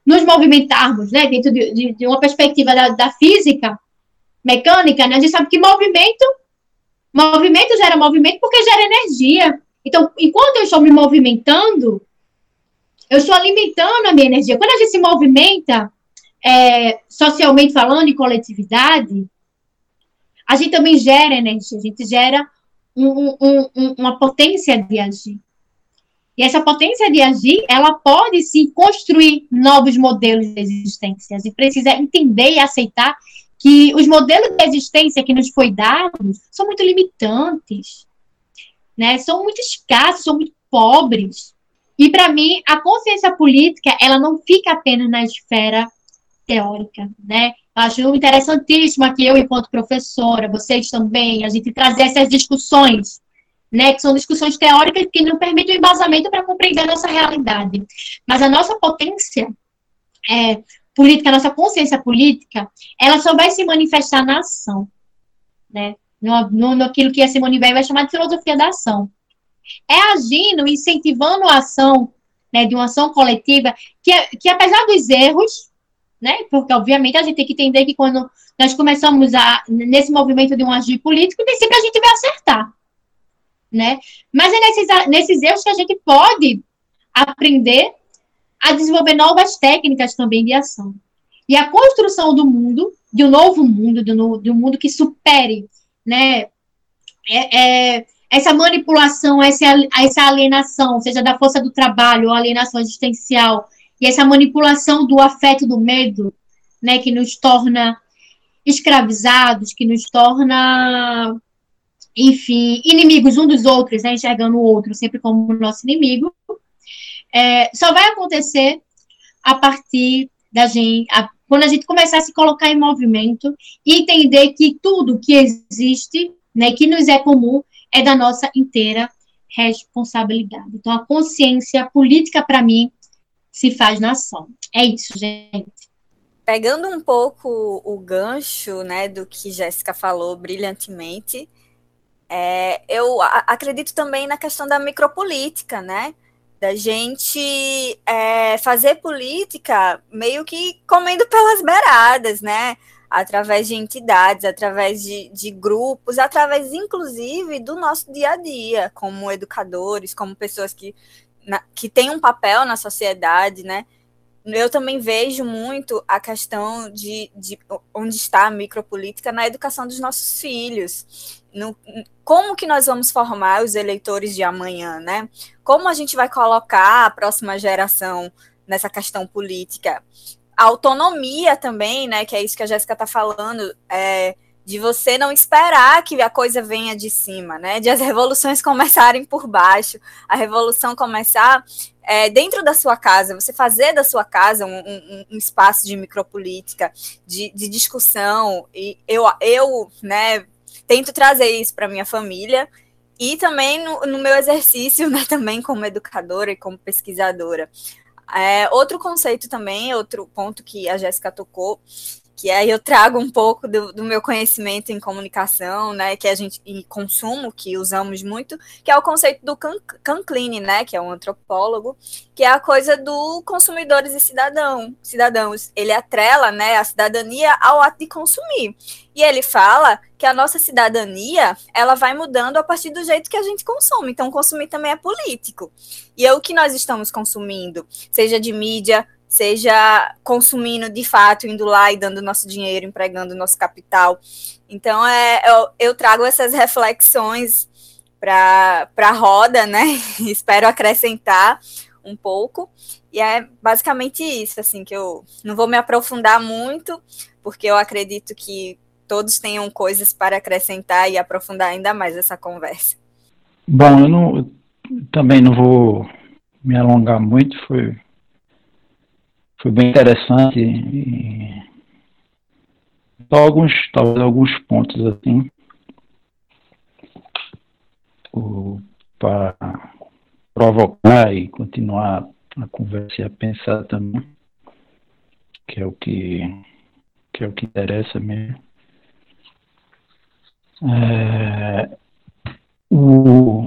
nos movimentarmos, né, dentro de uma perspectiva da física mecânica, né, a gente sabe que movimento gera movimento porque gera energia. Então, enquanto eu estou me movimentando, eu estou alimentando a minha energia. Quando a gente se movimenta, socialmente falando, em coletividade, a gente também gera energia, a gente gera uma potência de agir. E essa potência de agir, ela pode sim construir novos modelos de existência. A gente precisa entender e aceitar que os modelos de existência que nos foi dados são muito limitantes, né? São muito escassos, são muito pobres. E, para mim, a consciência política, ela não fica apenas na esfera teórica, né? Eu acho interessantíssimo aqui, eu, enquanto professora, vocês também, a gente trazer essas discussões, né? Que são discussões teóricas que não permitem o embasamento para compreender a nossa realidade. Mas a nossa potência política, a nossa consciência política, ela só vai se manifestar na ação, né? Naquilo que a Simone Weil vai chamar de filosofia da ação. É agindo, incentivando a ação, né, de uma ação coletiva, que apesar dos erros, né, porque obviamente a gente tem que entender que quando nós começamos nesse movimento de um agir político, nem sempre a gente vai acertar, né? Mas é nesses erros que a gente pode aprender a desenvolver novas técnicas também de ação. E a construção do mundo, de um novo mundo, de um mundo que supere, né, essa manipulação, essa alienação, seja da força do trabalho ou alienação existencial, e essa manipulação do afeto, do medo, né, que nos torna escravizados, que nos torna, enfim, inimigos um dos outros, né, enxergando o outro sempre como nosso inimigo, só vai acontecer a partir da gente, quando a gente começar a se colocar em movimento e entender que tudo que existe, né, que nos é comum, é da nossa inteira responsabilidade. Então, a consciência política, para mim, se faz na ação. É isso, gente. Pegando um pouco o gancho, né, do que Jéssica falou brilhantemente, eu acredito também na questão da micropolítica, né? Da gente fazer política meio que comendo pelas beiradas, né? Através de entidades, através de grupos, através, inclusive, do nosso dia a dia, como educadores, como pessoas que têm um papel na sociedade, né? Eu também vejo muito a questão de onde está a micropolítica na educação dos nossos filhos. Como que nós vamos formar os eleitores de amanhã, né? Como a gente vai colocar a próxima geração nessa questão política? A autonomia também, né? Que é isso que a Jéssica está falando, de você não esperar que a coisa venha de cima, né? De as revoluções começarem por baixo, a revolução começar dentro da sua casa, você fazer da sua casa um espaço de micropolítica, de discussão, e eu né, tento trazer isso para minha família, e também no meu exercício, né, também como educadora e como pesquisadora. Outro conceito também, outro ponto que a Jéssica tocou, que aí eu trago um pouco do meu conhecimento em comunicação, né, que a gente, em consumo, que usamos muito, que é o conceito do Canclini, né, que é um antropólogo, que é a coisa do consumidores e cidadãos. Ele atrela, né, a cidadania ao ato de consumir. E ele fala que a nossa cidadania, ela vai mudando a partir do jeito que a gente consome. Então, consumir também é político. E é o que nós estamos consumindo, seja de mídia, seja consumindo de fato, indo lá e dando nosso dinheiro, empregando nosso capital. Então, eu trago essas reflexões para a roda, né? Espero acrescentar um pouco. E é basicamente isso, assim, que eu não vou me aprofundar muito, porque eu acredito que todos tenham coisas para acrescentar e aprofundar ainda mais essa conversa. Bom, eu também não vou me alongar muito, foi bem interessante e só talvez alguns pontos assim para provocar e continuar a conversa e a pensar também, que é o que interessa mesmo.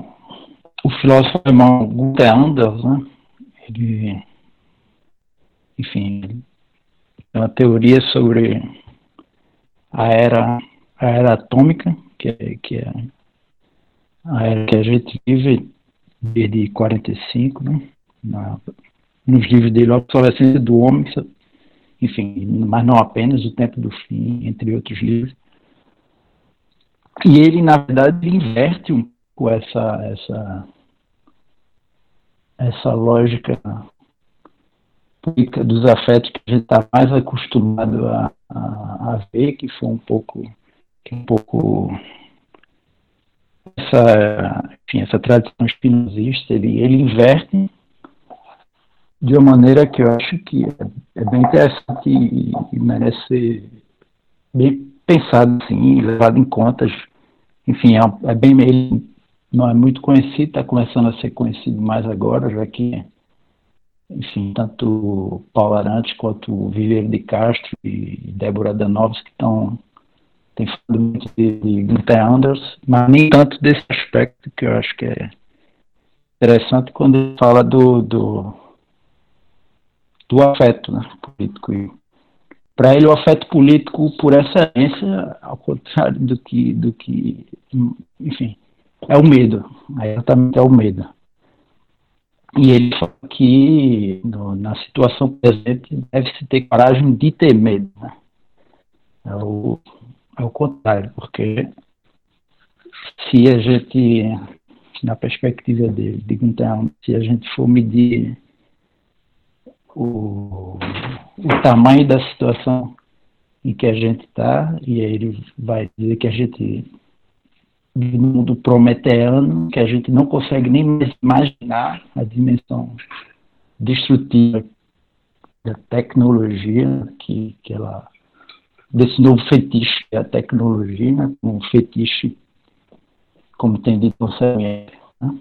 O filósofo alemão Gunther Anders, né, enfim, é uma teoria sobre a era atômica, que é a era que a gente vive desde 45, né? Nos livros dele, a obsolescência do homem, enfim, mas não apenas, o tempo do fim, entre outros livros. E ele, na verdade, ele inverte um pouco essa lógica política dos afetos que a gente está mais acostumado a ver, que foi um pouco essa tradição spinozista. Ele inverte de uma maneira que eu acho que é bem interessante e merece ser bem pensado, assim, levado em conta. Enfim, ele não é muito conhecido, está começando a ser conhecido mais agora, já que, enfim, tanto Paulo Arantes quanto Viveiro de Castro e Débora Danovski têm falado muito de Gunther Anders, mas nem tanto desse aspecto que eu acho que é interessante quando ele fala do afeto, né, político. E para ele, o afeto político, por excelência, ao contrário do que enfim, é o medo. Exatamente, é o medo. E ele fala que na situação presente deve-se ter coragem de ter medo, né? É o contrário, porque se a gente, na perspectiva dele, então, se a gente for medir o tamanho da situação em que a gente está, e aí ele vai dizer que a gente vive num mundo prometeano, que a gente não consegue nem imaginar a dimensão destrutiva da tecnologia, que ela, desse novo fetiche que é a tecnologia, né, um fetiche, como tem dito no CMF, né?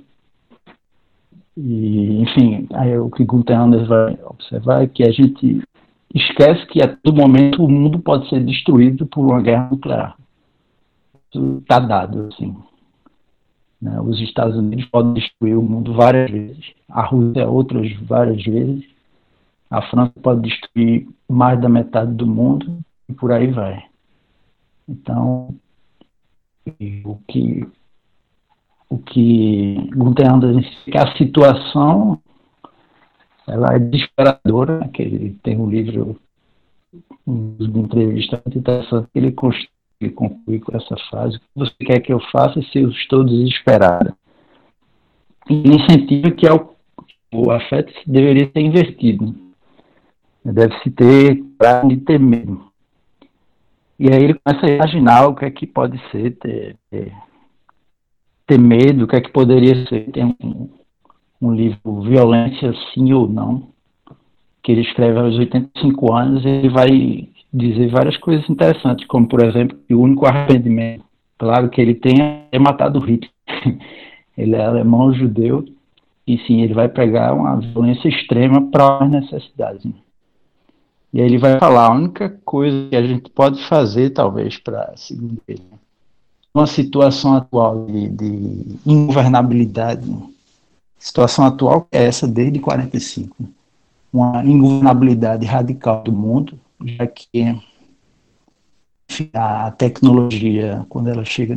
E, enfim, aí o que Gunther Anders vai observar é que a gente esquece que a todo momento o mundo pode ser destruído por uma guerra nuclear. Isso está dado, assim. Né? Os Estados Unidos podem destruir o mundo várias vezes, a Rússia outras várias vezes, a França pode destruir mais da metade do mundo e por aí vai. Então, o que Gunther Anders diz que a situação ela é desesperadora, né? Que ele tem um livro de entrevista muito interessante que ele conclui com essa frase: o que você quer que eu faça se eu estou desesperada? E ele incentiva que o afeto deveria ser invertido, deve-se ter coragem de ter medo. E aí ele começa a imaginar o que é que pode ser ter medo, o que é que poderia ser. Tem um livro, Violência, Sim ou Não, que ele escreve aos 85 anos, e ele vai dizer várias coisas interessantes, como, por exemplo, que o único arrependimento, claro, que ele tem é matar do Hitler. Ele é alemão, judeu, e sim, ele vai pregar uma violência extrema para as necessidades. E aí ele vai falar, a única coisa que a gente pode fazer, talvez, para, segundo ele, uma situação atual de ingovernabilidade, situação atual é essa desde 45, uma ingovernabilidade radical do mundo, já que enfim, a tecnologia, quando ela chega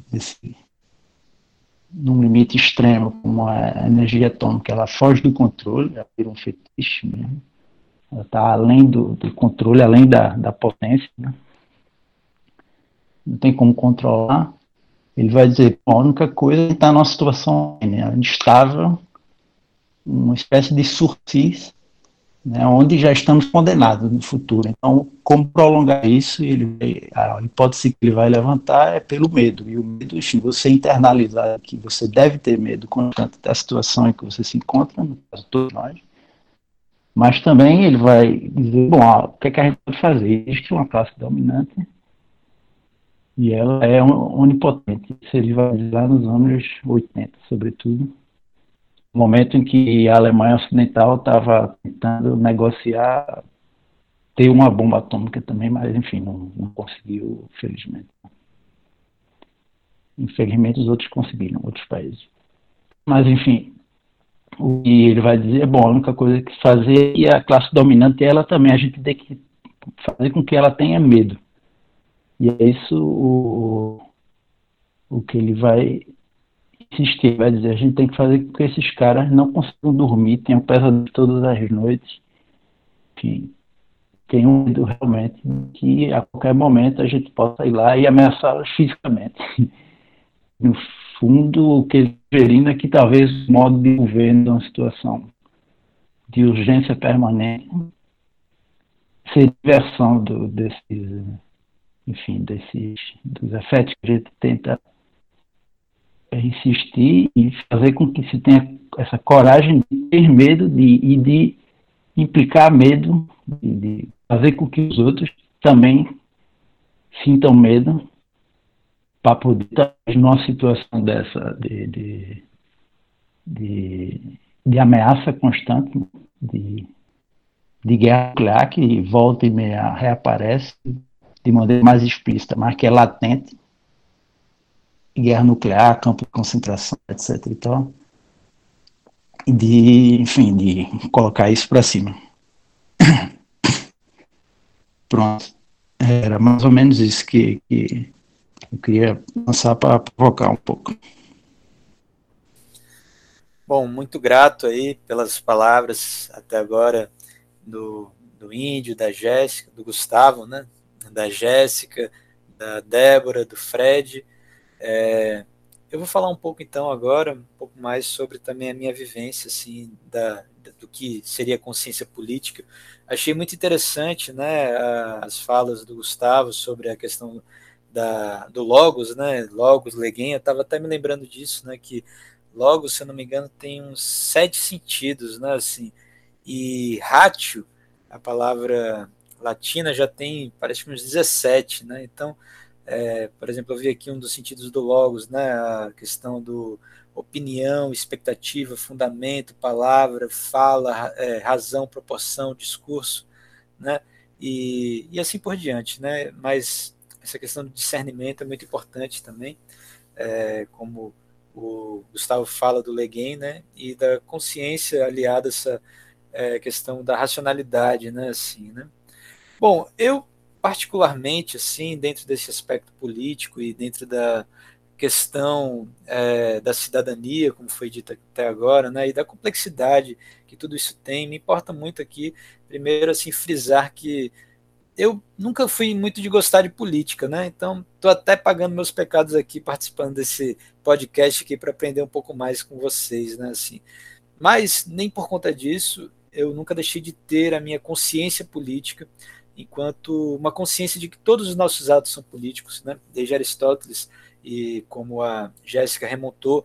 num limite extremo, como a energia atômica, ela foge do controle, ela vira um fetiche mesmo, ela está além do controle, além da potência, né? Não tem como controlar. Ele vai dizer, a única coisa é que está numa situação, né, instável, uma espécie de surtis, né, onde já estamos condenados no futuro. Então, como prolongar isso? A hipótese que ele vai levantar é pelo medo. E o medo, se você internalizar que você deve ter medo constante da situação em que você se encontra, no caso todos nós, mas também ele vai dizer, bom, o que é que a gente pode fazer? Existe uma classe dominante e ela é onipotente. Isso ele vai dizer lá nos anos 80, sobretudo, no momento em que a Alemanha Ocidental estava tentando negociar ter uma bomba atômica também, mas enfim, não conseguiu, felizmente. Infelizmente os outros conseguiram, outros países. Mas enfim, o que ele vai dizer, bom, a única coisa que fazer, e a classe dominante, ela também, a gente tem que fazer com que ela tenha medo. E é isso o que ele vai insistir, vai dizer, a gente tem que fazer com que esses caras não consigam dormir, tenham pesadelos todas as noites, enfim, tenham medo realmente que a qualquer momento a gente possa ir lá e ameaçá-los fisicamente. No fundo, o que ele sugerindo é que talvez o modo de governo de uma situação de urgência permanente seria a versão dos efeitos que a gente tenta insistir e fazer com que se tenha essa coragem de ter medo e de implicar medo, de fazer com que os outros também sintam medo para poder estar numa situação dessa de ameaça constante, de guerra nuclear, que volta e meia reaparece de maneira mais explícita, mas que é latente, guerra nuclear, campo de concentração, etc. e tal, e de colocar isso para cima. Pronto. Era mais ou menos isso que eu queria lançar para provocar um pouco. Bom, muito grato aí pelas palavras até agora do Índio, da Jéssica, do Gustavo, né? Da Jéssica, da Débora, do Fred. Eu vou falar um pouco então agora, um pouco mais sobre também a minha vivência, assim, do que seria consciência política. Achei muito interessante, né, as falas do Gustavo sobre a questão do Logos, né, Logos, Leguem. Eu estava até me lembrando disso, né, que Logos, se eu não me engano, tem uns 7 sentidos, né, assim, e ratio, a palavra latina, já tem, parece que uns 17, né, então, por exemplo, eu vi aqui um dos sentidos do Logos, né, a questão do opinião, expectativa, fundamento, palavra, fala, razão, proporção, discurso, né, e assim por diante, né, mas essa questão do discernimento é muito importante também, como o Gustavo fala do Leguem, né, e da consciência aliada a essa questão da racionalidade, né, assim, né. Bom, eu particularmente, assim, dentro desse aspecto político e dentro da questão da cidadania, como foi dito até agora, né, e da complexidade que tudo isso tem, me importa muito aqui, primeiro, assim, frisar que eu nunca fui muito de gostar de política, né, então estou até pagando meus pecados aqui, participando desse podcast aqui para aprender um pouco mais com vocês, né, assim. Mas nem por conta disso eu nunca deixei de ter a minha consciência política, enquanto uma consciência de que todos os nossos atos são políticos, né? Desde Aristóteles, e como a Jéssica remontou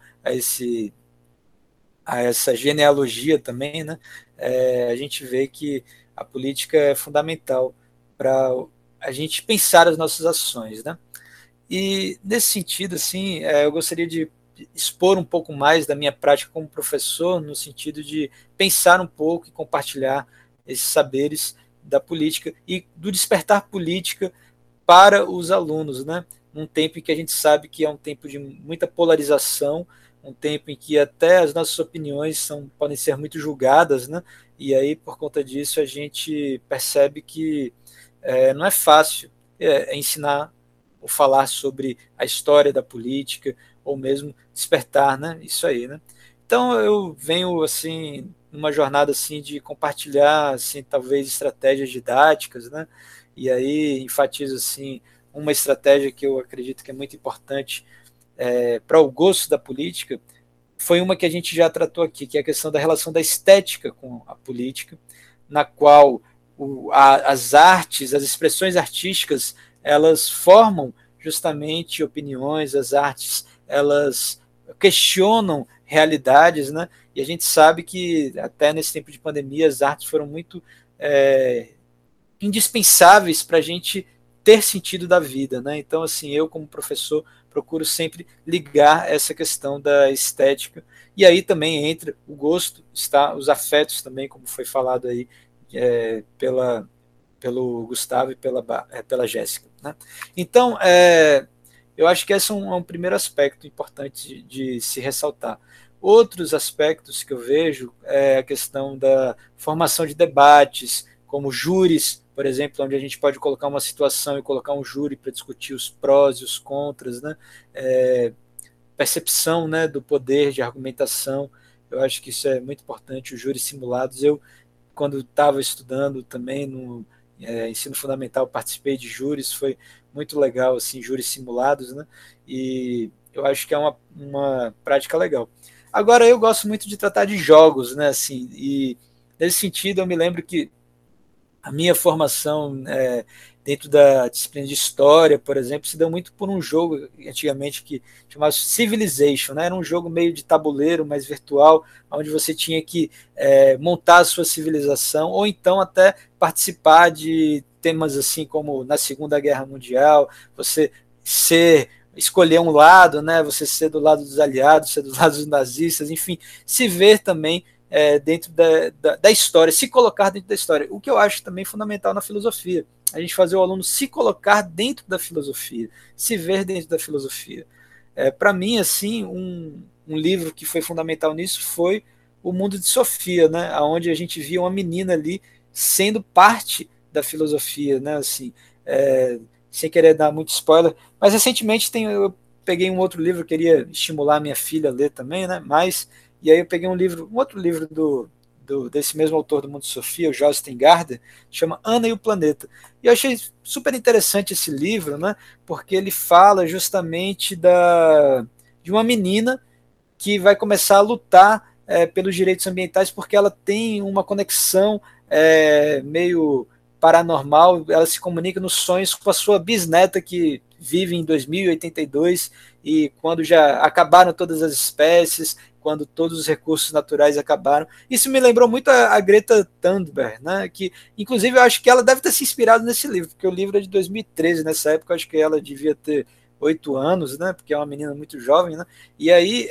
a essa genealogia também, né? A gente vê que a política é fundamental para a gente pensar as nossas ações, né? E nesse sentido, assim, eu gostaria de expor um pouco mais da minha prática como professor, no sentido de pensar um pouco e compartilhar esses saberes da política e do despertar política para os alunos, né? Num tempo em que a gente sabe que é um tempo de muita polarização, um tempo em que até as nossas opiniões podem ser muito julgadas, né? E aí, por conta disso, a gente percebe que não é fácil ensinar ou falar sobre a história da política, ou mesmo despertar, né? Isso aí, né? Então, eu venho, assim, numa jornada assim de compartilhar, assim, talvez estratégias didáticas, né? E aí enfatizo assim uma estratégia que eu acredito que é muito importante para o gosto da política, foi uma que a gente já tratou aqui, que é a questão da relação da estética com a política, na qual as artes, as expressões artísticas, elas formam justamente opiniões, as artes, elas questionam realidades, né? E a gente sabe que até nesse tempo de pandemia as artes foram muito indispensáveis para a gente ter sentido da vida, né? Então, assim, eu como professor procuro sempre ligar essa questão da estética, e aí também entra o gosto, os afetos também, como foi falado aí pelo Gustavo e pela Jéssica, né? Então, eu acho que esse é um primeiro aspecto importante de se ressaltar. Outros aspectos que eu vejo é a questão da formação de debates, como júris, por exemplo, onde a gente pode colocar uma situação e colocar um júri para discutir os prós e os contras, né? Percepção, né, do poder de argumentação. Eu acho que isso é muito importante, os júris simulados. Eu, quando estava estudando também no ensino fundamental, participei de júris, foi muito legal, assim, júris simulados, né? E eu acho que é uma prática legal. Agora, eu gosto muito de tratar de jogos, né, assim, e nesse sentido eu me lembro que a minha formação dentro da disciplina de história, por exemplo, se deu muito por um jogo antigamente que chamava Civilization, né? Era um jogo meio de tabuleiro, mais virtual, onde você tinha que montar a sua civilização, ou então até participar de temas assim como na Segunda Guerra Mundial, você escolher um lado, né? Você ser do lado dos aliados, ser do lado dos nazistas, enfim, se ver também dentro da história, se colocar dentro da história. O que eu acho também fundamental na filosofia. A gente fazer o aluno se colocar dentro da filosofia, se ver dentro da filosofia. Para mim, assim, um livro que foi fundamental nisso foi O Mundo de Sofia, né? Onde a gente via uma menina ali sendo parte da filosofia, né? Assim, sem querer dar muito spoiler, mas recentemente eu peguei um outro livro, queria estimular minha filha a ler também, né? E aí eu peguei um outro livro desse mesmo autor do Mundo de Sofia, o Jostein Gaarder, chama Ana e o Planeta. E eu achei super interessante esse livro, né? Porque ele fala justamente de uma menina que vai começar a lutar pelos direitos ambientais porque ela tem uma conexão meio paranormal, ela se comunica nos sonhos com a sua bisneta que vive em 2082 e quando já acabaram todas as espécies, quando todos os recursos naturais acabaram. Isso me lembrou muito a Greta Thunberg, né? Que inclusive eu acho que ela deve ter se inspirado nesse livro, porque o livro é de 2013, nessa época eu acho que ela devia ter 8 anos, né? Porque é uma menina muito jovem, né? E aí,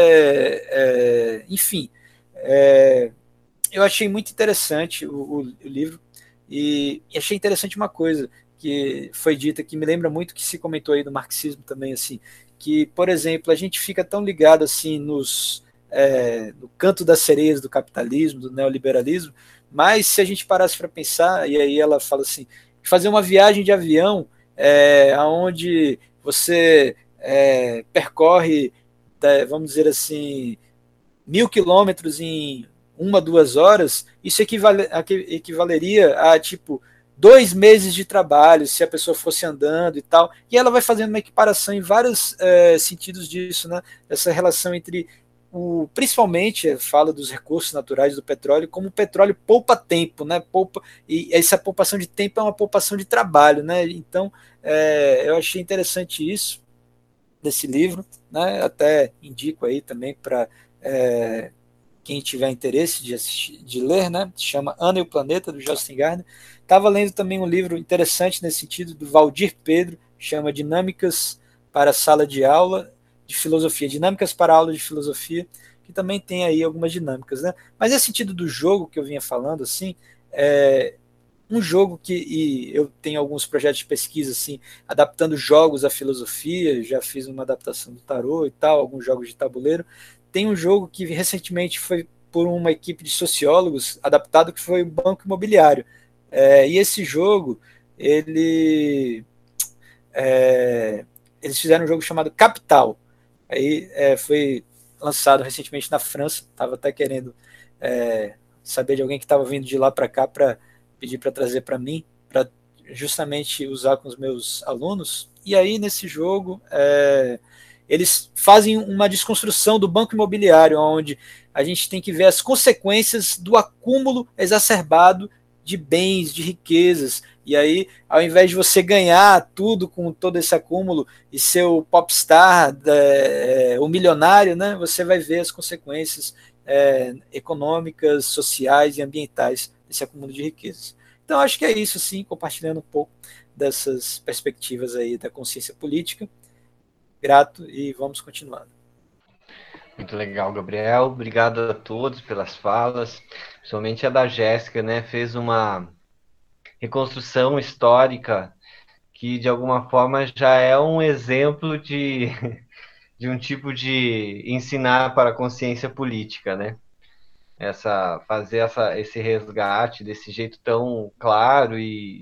enfim, eu achei muito interessante o livro e achei interessante uma coisa que foi dita que me lembra muito que se comentou aí do marxismo também, assim, que, por exemplo, a gente fica tão ligado assim no canto das sereias do capitalismo, do neoliberalismo, mas se a gente parasse para pensar, e aí ela fala assim, fazer uma viagem de avião onde você percorre, vamos dizer assim, 1.000 quilômetros em 1, 2 horas, isso equivaleria a tipo 2 meses de trabalho se a pessoa fosse andando e tal. E ela vai fazendo uma equiparação em vários sentidos disso, né? Essa relação entre principalmente fala dos recursos naturais do petróleo, como o petróleo poupa tempo, né? E essa poupação de tempo é uma poupação de trabalho, né? Então eu achei interessante isso desse livro, né? Até indico aí também para quem tiver interesse de ler, né? Chama Ana e o Planeta, do Jostein Gaarder. Estava lendo também um livro interessante nesse sentido, do Valdir Pedro, chama Dinâmicas para a Sala de Aula de Filosofia, Dinâmicas para a Aula de Filosofia, que também tem aí algumas dinâmicas, né? Mas nesse sentido do jogo que eu vinha falando, assim, um jogo e eu tenho alguns projetos de pesquisa, assim, adaptando jogos à filosofia, já fiz uma adaptação do tarô e tal, alguns jogos de tabuleiro. Tem um jogo que recentemente foi por uma equipe de sociólogos adaptado, que foi o Banco Imobiliário. E esse jogo, eles fizeram um jogo chamado Capital. Aí foi lançado recentemente na França. Estava até querendo saber de alguém que estava vindo de lá para cá para pedir para trazer para mim, para justamente usar com os meus alunos. E aí, nesse jogo, eles fazem uma desconstrução do banco imobiliário, onde a gente tem que ver as consequências do acúmulo exacerbado de bens, de riquezas. E aí, ao invés de você ganhar tudo com todo esse acúmulo e ser o popstar, o milionário, né, você vai ver as consequências econômicas, sociais e ambientais desse acúmulo de riquezas. Então, acho que é isso, sim, compartilhando um pouco dessas perspectivas aí da consciência política. Grato e vamos continuando. Muito legal, Gabriel. Obrigado a todos pelas falas, principalmente a da Jéssica, né? Fez uma reconstrução histórica que, de alguma forma, já é um exemplo de de um tipo de ensinar para a consciência política, né? Fazer esse resgate desse jeito tão claro e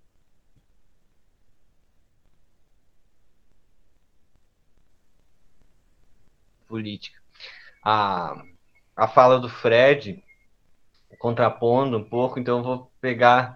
política. A fala do Fred, contrapondo um pouco, então eu vou pegar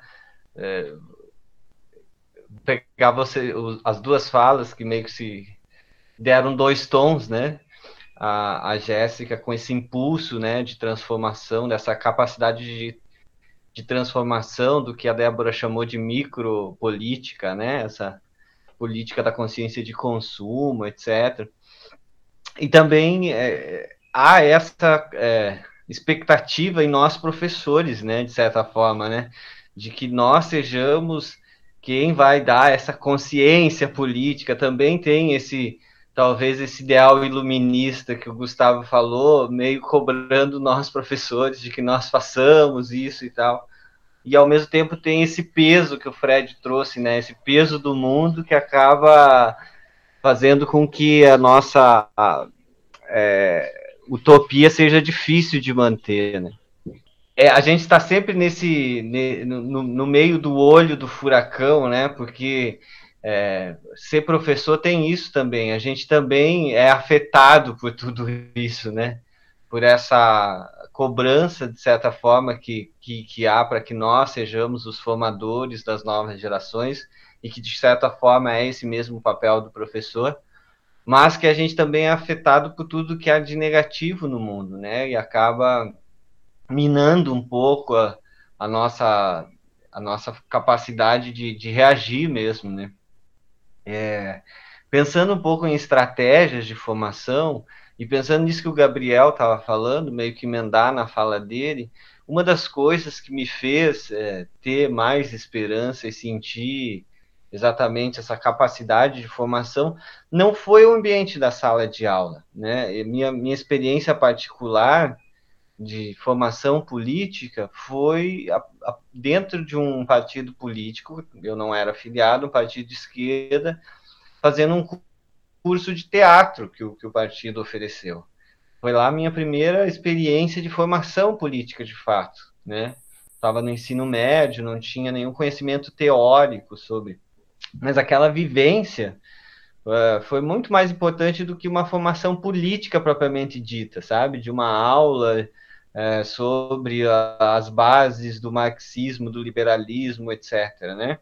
as duas falas que meio que se deram dois tons, né? A Jéssica com esse impulso, né, de transformação, dessa capacidade de transformação do que a Débora chamou de micropolítica, né? Essa política da consciência de consumo, etc. E também há essa expectativa em nós professores, né, de certa forma, né, de que nós sejamos quem vai dar essa consciência política. Também tem talvez esse ideal iluminista que o Gustavo falou, meio cobrando nós professores de que nós façamos isso e tal. E ao mesmo tempo tem esse peso que o Fred trouxe, né, esse peso do mundo que acaba fazendo com que a nossa utopia seja difícil de manter, né? A gente está sempre no meio do olho do furacão, né? Porque ser professor tem isso também. A gente também é afetado por tudo isso, né? Por essa cobrança, de certa forma, que há para que nós sejamos os formadores das novas gerações e que, de certa forma, é esse mesmo papel do professor, mas que a gente também é afetado por tudo que há de negativo no mundo, né? E acaba minando um pouco a nossa capacidade de reagir mesmo, né? Pensando um pouco em estratégias de formação e pensando nisso que o Gabriel estava falando, meio que emendar na fala dele, uma das coisas que me fez ter mais esperança e sentir exatamente essa capacidade de formação não foi o ambiente da sala de aula, né? Minha experiência particular de formação política foi dentro de um partido político. Eu não era afiliado, um partido de esquerda, fazendo um curso de teatro que o partido ofereceu. Foi lá a minha primeira experiência de formação política, de fato, né? Estava no ensino médio, não tinha nenhum conhecimento teórico sobre, mas aquela vivência foi muito mais importante do que uma formação política propriamente dita, sabe? De uma aula sobre as bases do marxismo, do liberalismo, etc., né?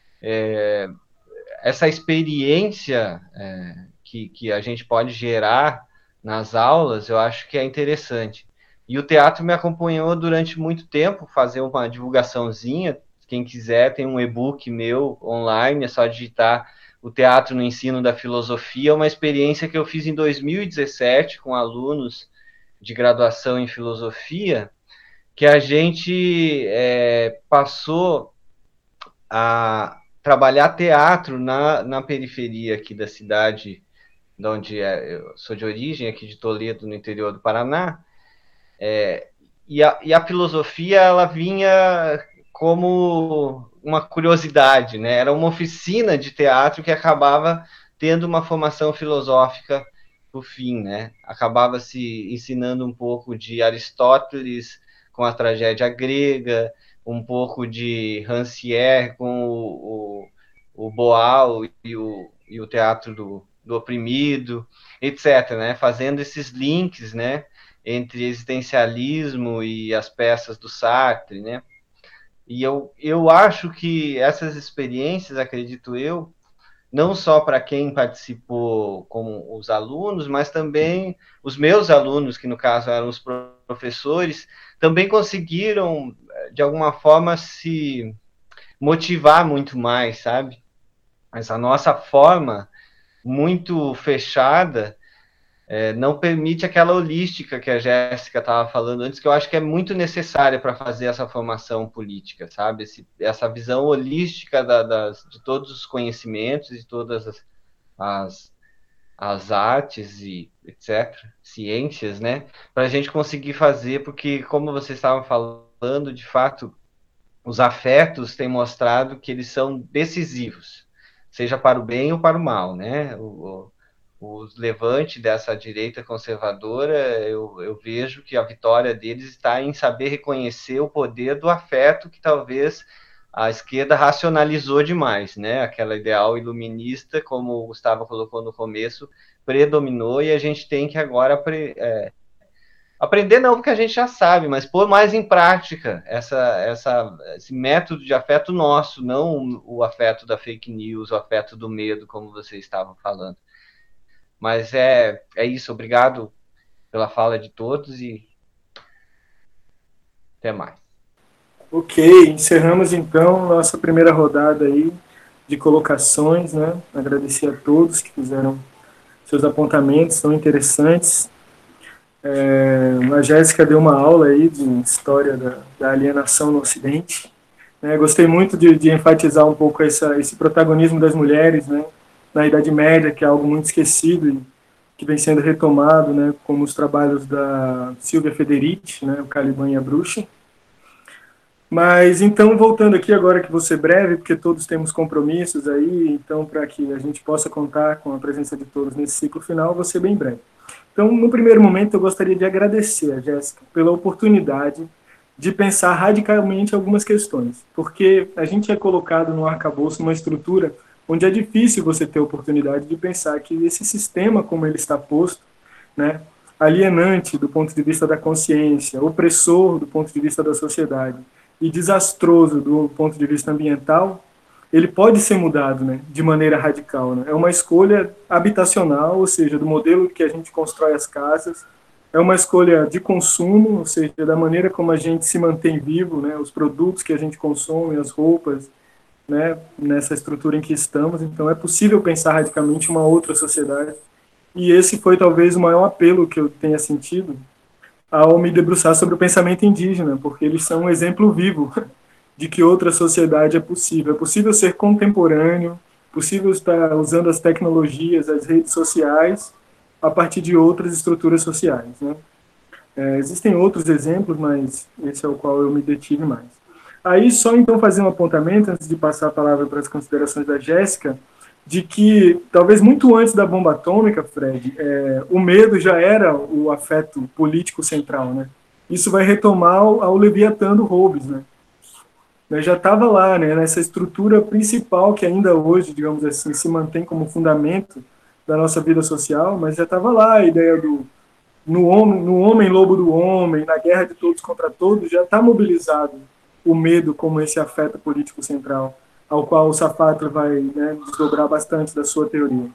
Essa experiência que a gente pode gerar nas aulas, eu acho que é interessante. E o teatro me acompanhou durante muito tempo, fazer uma divulgaçãozinha. Quem quiser, tem um e-book meu online, é só digitar o Teatro no Ensino da Filosofia, uma experiência que eu fiz em 2017 com alunos de graduação em filosofia, que a gente passou a trabalhar teatro na periferia aqui da cidade, de onde eu sou de origem, aqui de Toledo, no interior do Paraná. E a filosofia, ela vinha como uma curiosidade, né? Era uma oficina de teatro que acabava tendo uma formação filosófica por fim, né? Acabava se ensinando um pouco de Aristóteles com a tragédia grega, um pouco de Rancière com o Boal e o teatro do oprimido, etc., né? Fazendo esses links, né, entre existencialismo e as peças do Sartre, né? E eu acho que essas experiências, acredito eu, não só para quem participou como os alunos, mas também os meus alunos, que no caso eram os professores, também conseguiram, de alguma forma, se motivar muito mais, sabe? Essa nossa forma muito fechada não permite aquela holística que a Jéssica estava falando antes, que eu acho que é muito necessária para fazer essa formação política, sabe? Essa visão holística de todos os conhecimentos, de todas as artes e etc., ciências, né? Para a gente conseguir fazer, porque, como vocês estavam falando, de fato, os afetos têm mostrado que eles são decisivos, seja para o bem ou para o mal, né? os levantes dessa direita conservadora, eu vejo que a vitória deles está em saber reconhecer o poder do afeto que talvez a esquerda racionalizou demais, né? Aquela ideal iluminista, como o Gustavo colocou no começo, predominou, e a gente tem que agora aprender não, porque a gente já sabe, mas pôr mais em prática esse método de afeto nosso, não o afeto da fake news, o afeto do medo, como vocês estavam falando. Mas é isso, obrigado pela fala de todos e até mais. Ok, encerramos então nossa primeira rodada aí de colocações, né? Agradecer a todos que fizeram seus apontamentos, são interessantes. A Jéssica deu uma aula aí de história da alienação no Ocidente. Gostei muito de enfatizar um pouco esse protagonismo das mulheres, né? Na Idade Média, que é algo muito esquecido e que vem sendo retomado, né? Como os trabalhos da Silvia Federici, né? O Caliban e a Bruxa. Mas, então, voltando aqui agora, que vou ser breve, porque todos temos compromissos aí, então, para que a gente possa contar com a presença de todos nesse ciclo final, vou ser bem breve. Então, no primeiro momento, eu gostaria de agradecer a Jéssica pela oportunidade de pensar radicalmente algumas questões, porque a gente é colocado no arcabouço, uma estrutura onde é difícil você ter a oportunidade de pensar que esse sistema, como ele está posto, né, alienante do ponto de vista da consciência, opressor do ponto de vista da sociedade, e desastroso do ponto de vista ambiental, ele pode ser mudado, né, de maneira radical. Né? É uma escolha habitacional, ou seja, do modelo que a gente constrói as casas, é uma escolha de consumo, ou seja, da maneira como a gente se mantém vivo, né, os produtos que a gente consome, as roupas, né, nessa estrutura em que estamos. Então, é possível pensar radicalmente uma outra sociedade. E esse foi talvez o maior apelo que eu tenha sentido ao me debruçar sobre o pensamento indígena, porque eles são um exemplo vivo de que outra sociedade é possível. É possível ser contemporâneo, possível estar usando as tecnologias, as redes sociais, a partir de outras estruturas sociais. Né? Existem outros exemplos, mas esse é o qual eu me detive mais. Aí, só então fazer um apontamento, antes de passar a palavra para as considerações da Jéssica, de que, talvez muito antes da bomba atômica, Fred, o medo já era o afeto político central, né? Isso vai retomar ao Leviatã do Hobbes, né? Já estava lá, né, nessa estrutura principal que ainda hoje, digamos assim, se mantém como fundamento da nossa vida social, mas já estava lá a ideia no homem lobo do homem, na guerra de todos contra todos, já está mobilizado o medo como esse afeto político central, ao qual o Safatli vai, né, desdobrar bastante da sua teoria.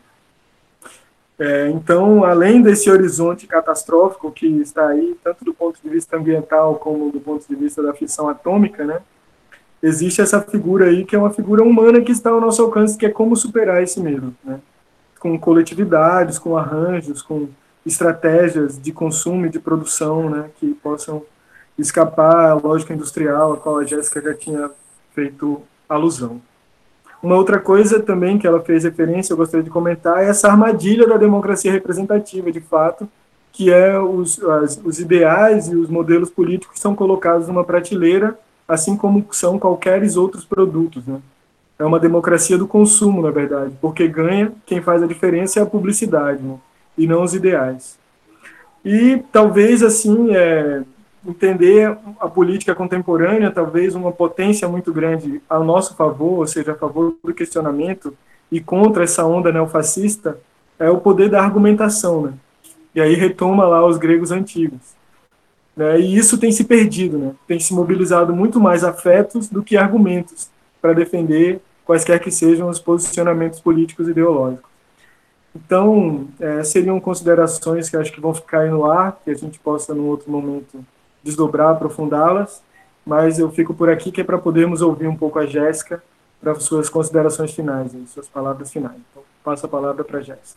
Então, além desse horizonte catastrófico que está aí, tanto do ponto de vista ambiental como do ponto de vista da fissão atômica, né, existe essa figura aí que é uma figura humana que está ao nosso alcance, que é como superar esse medo, né, com coletividades, com arranjos, com estratégias de consumo e de produção, né, que possam escapar à lógica industrial, a qual a Jéssica já tinha feito alusão. Uma outra coisa também que ela fez referência, eu gostaria de comentar, é essa armadilha da democracia representativa, de fato, que é os ideais e os modelos políticos são colocados numa prateleira, assim como são quaisquer outros produtos. Né? É uma democracia do consumo, na verdade, porque ganha, quem faz a diferença é a publicidade, né? E não os ideais. E talvez, assim, entender a política contemporânea, talvez uma potência muito grande ao nosso favor, ou seja, a favor do questionamento e contra essa onda neofascista, é o poder da argumentação, né? E aí retoma lá os gregos antigos. Né? E isso tem se perdido, né? Tem se mobilizado muito mais afetos do que argumentos para defender quaisquer que sejam os posicionamentos políticos e ideológicos. Então, seriam considerações que acho que vão ficar aí no ar, que a gente possa, num outro momento, desdobrar, aprofundá-las, mas eu fico por aqui que é para podermos ouvir um pouco a Jéssica para suas considerações finais, suas palavras finais. Então, passo a palavra para a Jéssica.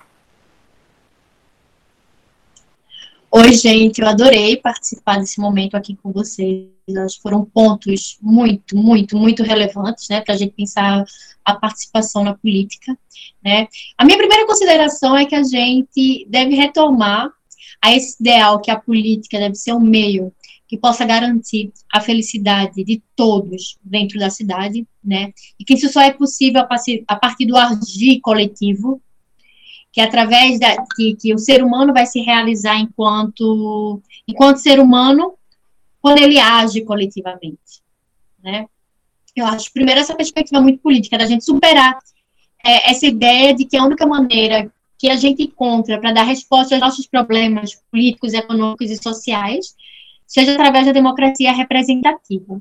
Oi, gente, eu adorei participar desse momento aqui com vocês. Acho que foram pontos muito, muito, muito relevantes, né, para a gente pensar a participação na política, né. A minha primeira consideração é que a gente deve retomar a esse ideal que a política deve ser um meio que possa garantir a felicidade de todos dentro da cidade, né, e que isso só é possível a partir do agir coletivo, que através que o ser humano vai se realizar enquanto ser humano quando ele age coletivamente, né? Eu acho, primeiro, essa perspectiva muito política, da gente superar essa ideia de que a única maneira que a gente encontra para dar resposta aos nossos problemas políticos, econômicos e sociais seja através da democracia representativa.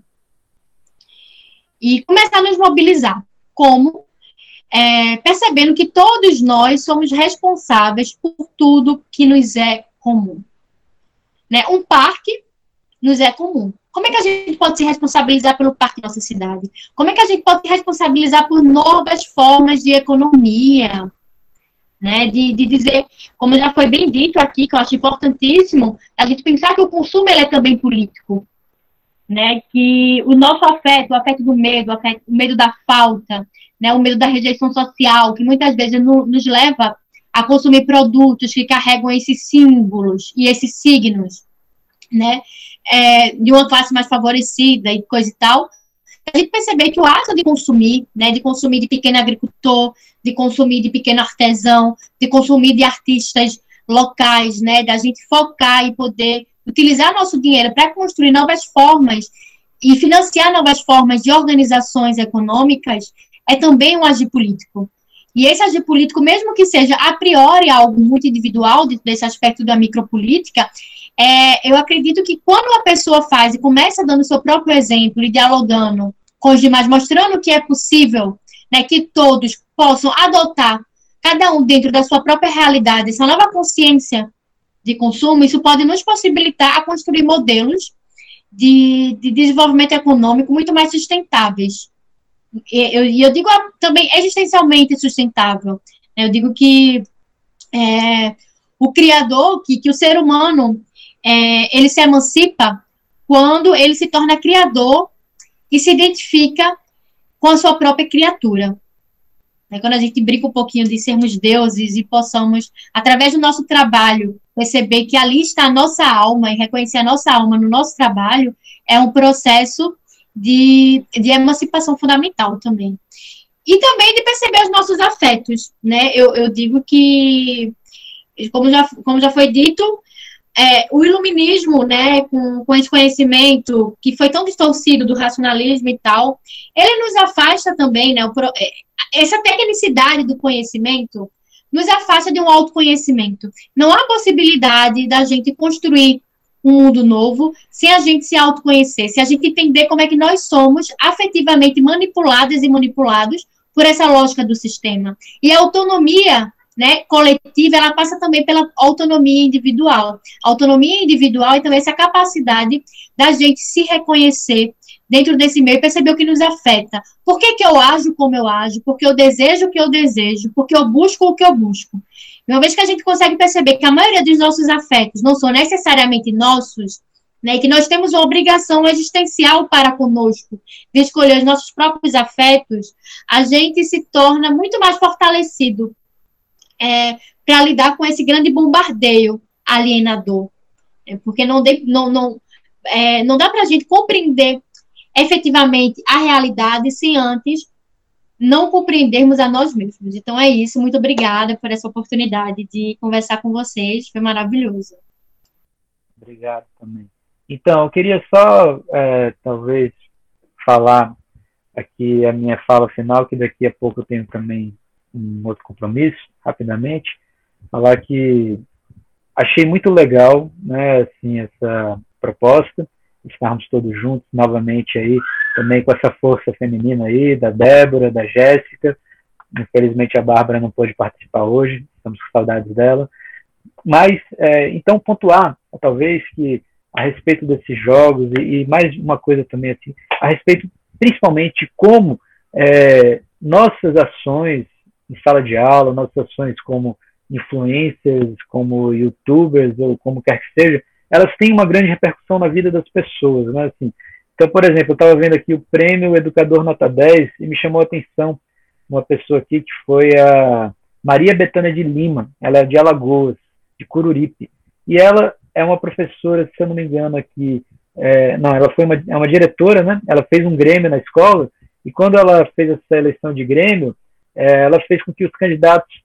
E começar a nos mobilizar. Como? Percebendo que todos nós somos responsáveis por tudo que nos é comum. Né? Um parque nos é comum. Como é que a gente pode se responsabilizar pelo parque da nossa cidade? Como é que a gente pode se responsabilizar por novas formas de economia? Né? De dizer, como já foi bem dito aqui, que eu acho importantíssimo, a gente pensar que o consumo ele é também político. Né? Que o nosso afeto, o afeto do medo, o medo da falta, né? O medo da rejeição social, que muitas vezes nos leva a consumir produtos que carregam esses símbolos e esses signos, né? De uma classe mais favorecida e coisa e tal, a gente perceber que o ato de consumir, né, de consumir de pequeno agricultor, de consumir de pequeno artesão, de consumir de artistas locais, né, da gente focar e poder utilizar nosso dinheiro para construir novas formas e financiar novas formas de organizações econômicas, é também um agir político. E esse agir político, mesmo que seja a priori algo muito individual desse aspecto da micropolítica, eu acredito que quando uma pessoa faz e começa dando seu próprio exemplo e dialogando com os demais, mostrando que é possível, né, que todos possam adotar, cada um dentro da sua própria realidade, essa nova consciência de consumo, isso pode nos possibilitar a construir modelos de desenvolvimento econômico muito mais sustentáveis. E eu digo também existencialmente sustentável. Eu digo que o criador, que o ser humano, ele se emancipa quando ele se torna criador e se identifica com a sua própria criatura. Quando a gente brinca um pouquinho de sermos deuses e possamos, através do nosso trabalho, perceber que ali está a nossa alma e reconhecer a nossa alma no nosso trabalho, é um processo de emancipação fundamental também. E também de perceber os nossos afetos, né? Eu digo que, como já foi dito, o iluminismo, né, com esse conhecimento que foi tão distorcido do racionalismo e tal, ele nos afasta também, né, essa tecnicidade do conhecimento nos afasta de um autoconhecimento. Não há possibilidade da gente construir um mundo novo sem a gente se autoconhecer, se a gente entender como é que nós somos afetivamente manipuladas e manipulados por essa lógica do sistema. E a autonomia, né, coletiva, ela passa também pela autonomia individual. A autonomia individual é também essa capacidade da gente se reconhecer dentro desse meio e perceber o que nos afeta. Por que eu ajo como eu ajo? Porque eu desejo o que eu desejo? Porque eu busco o que eu busco? E uma vez que a gente consegue perceber que a maioria dos nossos afetos não são necessariamente nossos, né, e que nós temos uma obrigação existencial para conosco de escolher os nossos próprios afetos, a gente se torna muito mais fortalecido para lidar com esse grande bombardeio alienador. Porque não dá para a gente compreender efetivamente a realidade sem antes não compreendermos a nós mesmos. Então é isso, muito obrigada por essa oportunidade de conversar com vocês, foi maravilhoso. Obrigado também. Então, eu queria só, talvez, falar aqui a minha fala final, que daqui a pouco eu tenho também um outro compromisso, rapidamente, falar que achei muito legal, né, assim, essa proposta, estarmos todos juntos novamente aí, também com essa força feminina aí, da Débora, da Jéssica. Infelizmente a Bárbara não pôde participar hoje, estamos com saudades dela. Mas, então, pontuar, talvez, que a respeito desses jogos, e mais uma coisa também, assim, a respeito, principalmente, de como nossas ações em sala de aula, nossas ações como influencers, como youtubers, ou como quer que seja, elas têm uma grande repercussão na vida das pessoas, né? Assim, então, por exemplo, eu estava vendo aqui o prêmio Educador Nota 10 e me chamou a atenção uma pessoa aqui que foi a Maria Bethânia de Lima, ela é de Alagoas, de Cururipe, e ela é uma professora, se eu não me engano aqui, ela foi uma diretora, né? Ela fez um grêmio na escola, e quando ela fez essa eleição de grêmio, ela fez com que os candidatos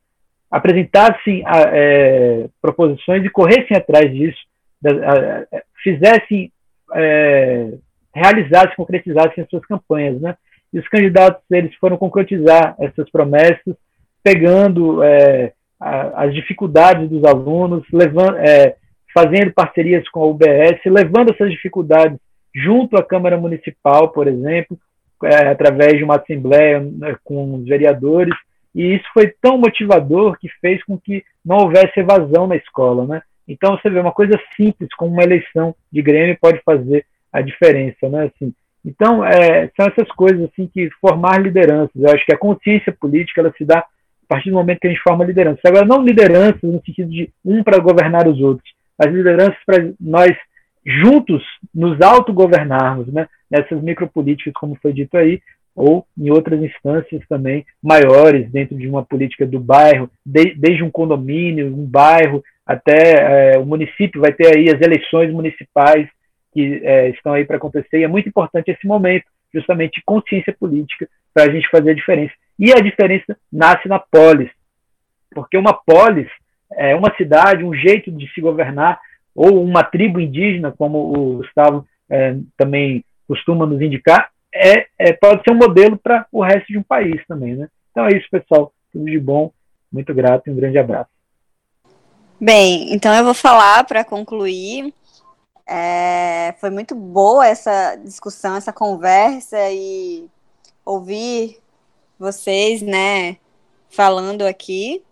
apresentassem proposições e corressem atrás disso, fizessem, realizassem, concretizassem as suas campanhas, né? E os candidatos, eles foram concretizar essas promessas, pegando as dificuldades dos alunos, fazendo parcerias com a UBS, levando essas dificuldades junto à Câmara Municipal, por exemplo, através de uma assembleia, né, com os vereadores, e isso foi tão motivador que fez com que não houvesse evasão na escola, né? Então, você vê, uma coisa simples, como uma eleição de Grêmio, pode fazer a diferença, né? Assim, então, são essas coisas assim, que formar lideranças. Eu acho que a consciência política, ela se dá a partir do momento que a gente forma lideranças. Agora, não lideranças no sentido de um para governar os outros, mas lideranças para nós juntos nos autogovernarmos, né? Nessas micropolíticas, como foi dito aí, ou em outras instâncias também maiores, dentro de uma política do bairro, desde um condomínio, um bairro, até o município vai ter aí as eleições municipais que estão aí para acontecer, e é muito importante esse momento, justamente de consciência política, para a gente fazer a diferença. E a diferença nasce na polis, porque uma polis é uma cidade, um jeito de se governar, ou uma tribo indígena, como o Gustavo também costuma nos indicar, pode ser um modelo para o resto de um país também, né? Então é isso, pessoal. Tudo de bom. Muito grato e um grande abraço. Bem, então eu vou falar para concluir. Foi muito boa essa discussão, essa conversa, e ouvir vocês, né, falando aqui.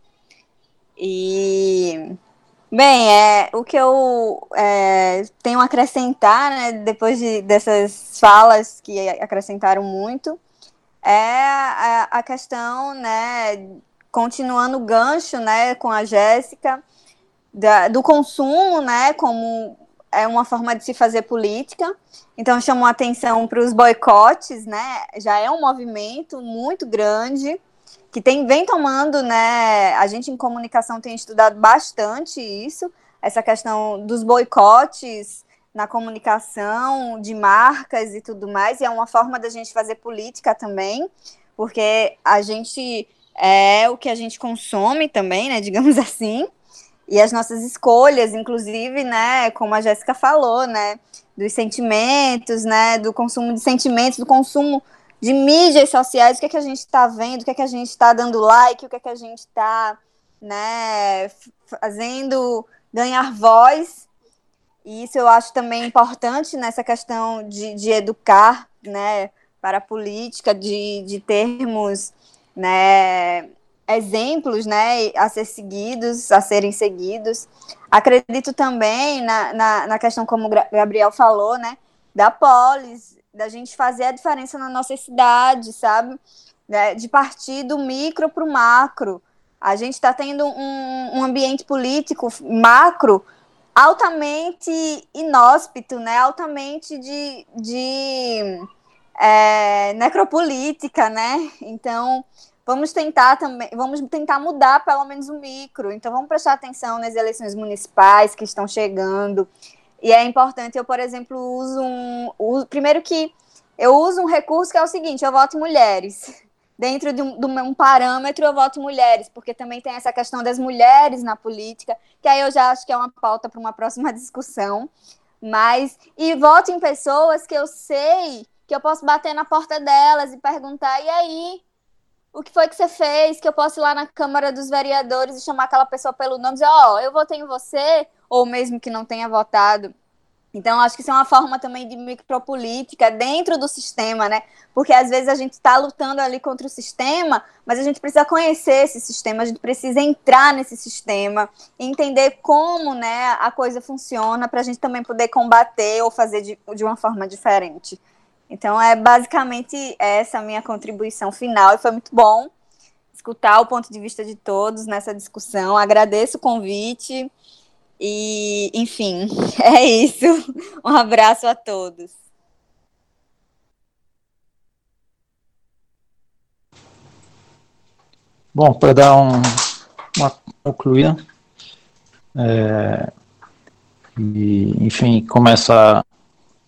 E, bem, o que eu tenho a acrescentar, né, depois dessas falas que acrescentaram muito, é a questão, né, continuando o gancho, né, com a Jéssica, do consumo, né, como uma forma de se fazer política. Então, chamou a atenção para os boicotes, né, já é um movimento muito grande, que vem tomando, né, a gente em comunicação tem estudado bastante isso, essa questão dos boicotes na comunicação, de marcas e tudo mais, e é uma forma da gente fazer política também, porque a gente é o que a gente consome também, né, digamos assim, e as nossas escolhas, inclusive, né, como a Jéssica falou, né, dos sentimentos, né, do consumo de sentimentos, do consumo de mídias sociais, o que é que a gente está vendo, o que é que a gente está dando like, o que é que a gente está, né, fazendo ganhar voz. E isso eu acho também importante nessa questão de educar, né, para a política, de termos, né, exemplos, né, a ser seguidos, a serem seguidos. Acredito também na questão, como o Gabriel falou, né, da polis, da gente fazer a diferença na nossa cidade, sabe? De partir do micro para o macro. A gente está tendo um ambiente político macro altamente inóspito, né? Altamente de necropolítica, né? Então, vamos tentar mudar pelo menos o micro. Então, vamos prestar atenção nas eleições municipais que estão chegando. E é importante, eu, por exemplo, primeiro que eu uso um recurso que é o seguinte: eu voto em mulheres. Dentro de um parâmetro, eu voto em mulheres, porque também tem essa questão das mulheres na política, que aí eu já acho que é uma pauta para uma próxima discussão. E voto em pessoas que eu sei que eu posso bater na porta delas e perguntar: e aí? O que foi que você fez? Que eu posso ir lá na Câmara dos Vereadores e chamar aquela pessoa pelo nome e dizer: eu votei em você, ou mesmo que não tenha votado. Então, acho que isso é uma forma também de micropolítica dentro do sistema, né? Porque às vezes a gente está lutando ali contra o sistema, mas a gente precisa conhecer esse sistema, a gente precisa entrar nesse sistema, entender como, né, a coisa funciona, para a gente também poder combater ou fazer de uma forma diferente. Então, é basicamente essa a minha contribuição final, e foi muito bom escutar o ponto de vista de todos nessa discussão. Agradeço o convite e, enfim, é isso. Um abraço a todos. Bom, para dar uma concluída, e, enfim, começar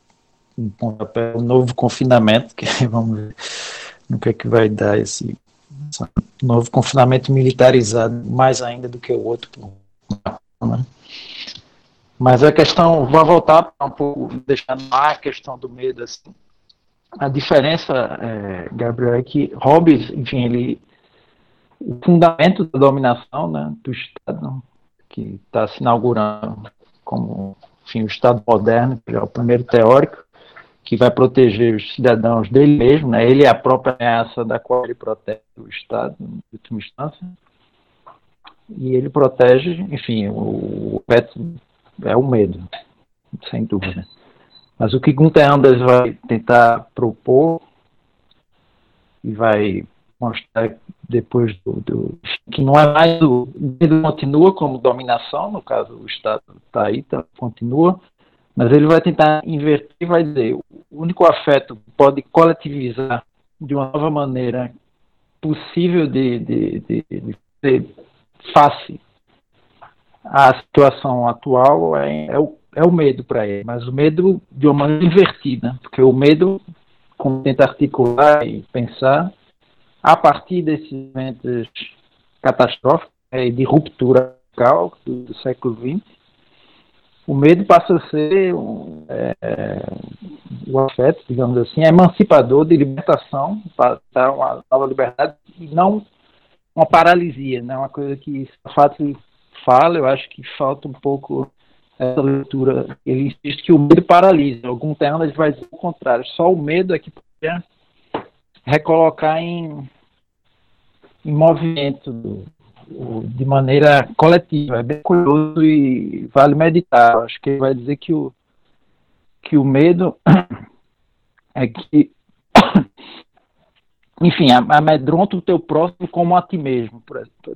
um novo confinamento, que vamos ver no que é que vai dar esse novo confinamento militarizado, mais ainda do que o outro, né? Mas a questão, vou voltar um pouco, deixando a questão do medo, assim. A diferença, Gabriel, é que Hobbes, enfim, o fundamento da dominação, né, do Estado, que está se inaugurando como, enfim, o Estado moderno, que é o primeiro teórico, que vai proteger os cidadãos dele mesmo, né? Ele é a própria ameaça da qual ele protege o Estado, em última instância, e ele protege, enfim, o peto é o medo, sem dúvida. Mas o que Gunther Anders vai tentar propor e vai mostrar depois que não é mais o medo continua como dominação, no caso o Estado está aí, continua, mas ele vai tentar inverter e vai dizer o único afeto que pode coletivizar de uma nova maneira possível de ser face à situação atual é o medo para ele, mas o medo de uma maneira invertida, porque o medo, como tenta articular e pensar, a partir desses eventos catastróficos de ruptura local do século XX, o medo passa a ser o afeto, digamos assim, emancipador de libertação, para dar uma nova liberdade, e não uma paralisia, né? Uma coisa que Sartre fala, eu acho que falta um pouco essa leitura. Ele diz que o medo paralisa. Algum tempo ele vai dizer o contrário. Só o medo é que pode recolocar em movimento de maneira coletiva. É bem curioso e vale meditar. Acho que ele vai dizer que o medo é que, enfim, amedronta o teu próximo como a ti mesmo, por exemplo.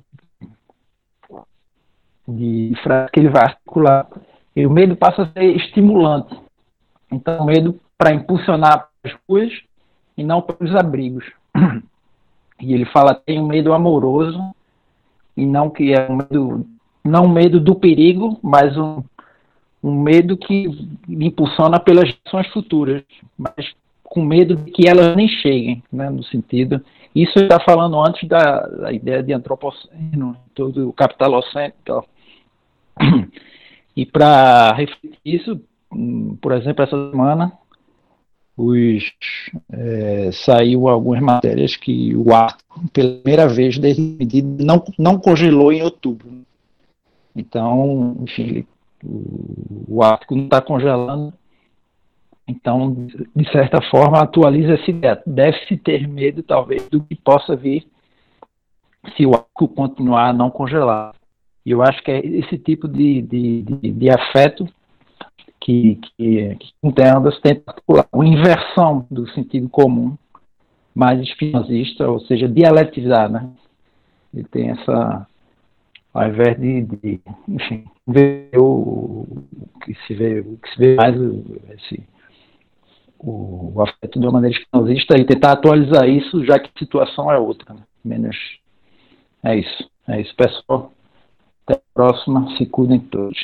De frase que ele vai articular. E o medo passa a ser estimulante. Então, o medo para impulsionar para as ruas e não para os abrigos. E ele fala que tem um medo amoroso, e não que é um medo do perigo, mas um medo que impulsiona pelas ações futuras, mas com medo de que elas nem cheguem, né, no sentido. Isso ele está falando antes da ideia de antropoceno, todo o capitaloceno. E para refletir isso, por exemplo, essa semana saiu algumas matérias que o Ártico, pela primeira vez desde a medida, não congelou em outubro. Então, enfim, o Ártico não está congelando. Então, de certa forma, atualiza essa ideia. Deve-se ter medo, talvez, do que possa vir se o Ártico continuar a não congelar. E eu acho que é esse tipo de afeto que Anders tenta articular. Uma inversão do sentido comum, mais espinozista, ou seja, dialetizar, né? Ele tem essa... Ao invés de enfim, ver o que se vê mais o afeto de uma maneira espinozista e tentar atualizar isso, já que a situação é outra, né? Menos... É isso, pessoal. Até a próxima, se cuidem todos.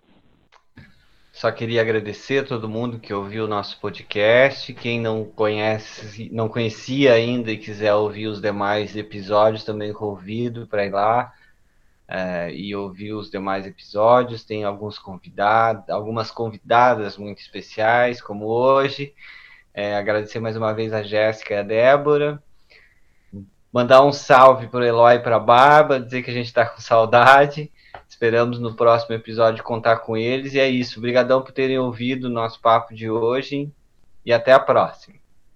Só queria agradecer a todo mundo que ouviu o nosso podcast. Quem não conhecia ainda e quiser ouvir os demais episódios, também convido para ir lá e ouvir os demais episódios. Tem algumas convidadas muito especiais, como hoje. Agradecer mais uma vez a Jéssica e a Débora. Mandar um salve para o Eloy e para a Bárbara, dizer que a gente está com saudade. Esperamos no próximo episódio contar com eles. E é isso. Obrigadão por terem ouvido o nosso papo de hoje. E até a próxima.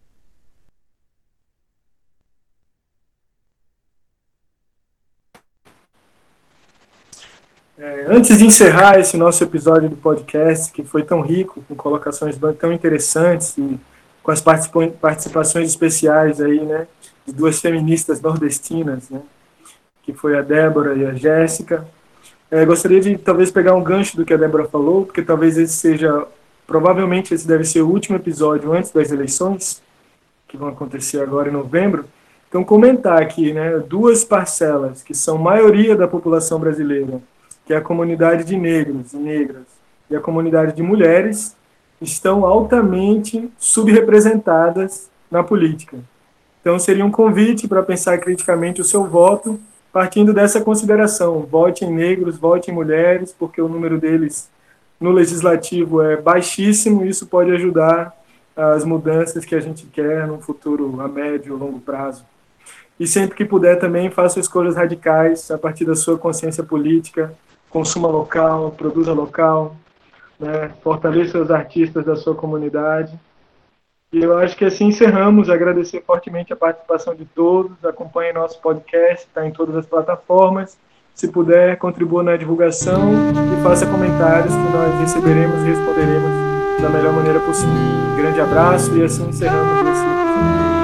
Antes de encerrar esse nosso episódio do podcast, que foi tão rico, com colocações tão interessantes e com as participações especiais aí, né, de duas feministas nordestinas, né, que foi a Débora e a Jéssica. Gostaria de talvez pegar um gancho do que a Débora falou, porque talvez provavelmente esse deve ser o último episódio antes das eleições, que vão acontecer agora em novembro. Então, comentar aqui, né, duas parcelas que são maioria da população brasileira, que é a comunidade de negros e negras e a comunidade de mulheres, estão altamente subrepresentadas na política. Então, seria um convite para pensar criticamente o seu voto, partindo dessa consideração: vote em negros, vote em mulheres, porque o número deles no legislativo é baixíssimo, e isso pode ajudar as mudanças que a gente quer no futuro a médio e longo prazo. E sempre que puder também, faça escolhas radicais a partir da sua consciência política, consuma local, produza local, né? Fortaleça os artistas da sua comunidade. E eu acho que assim encerramos. Agradecer fortemente a participação de todos. Acompanhe nosso podcast, está em todas as plataformas. Se puder, contribua na divulgação e faça comentários que nós receberemos e responderemos da melhor maneira possível. Um grande abraço e assim encerramos esse episódio.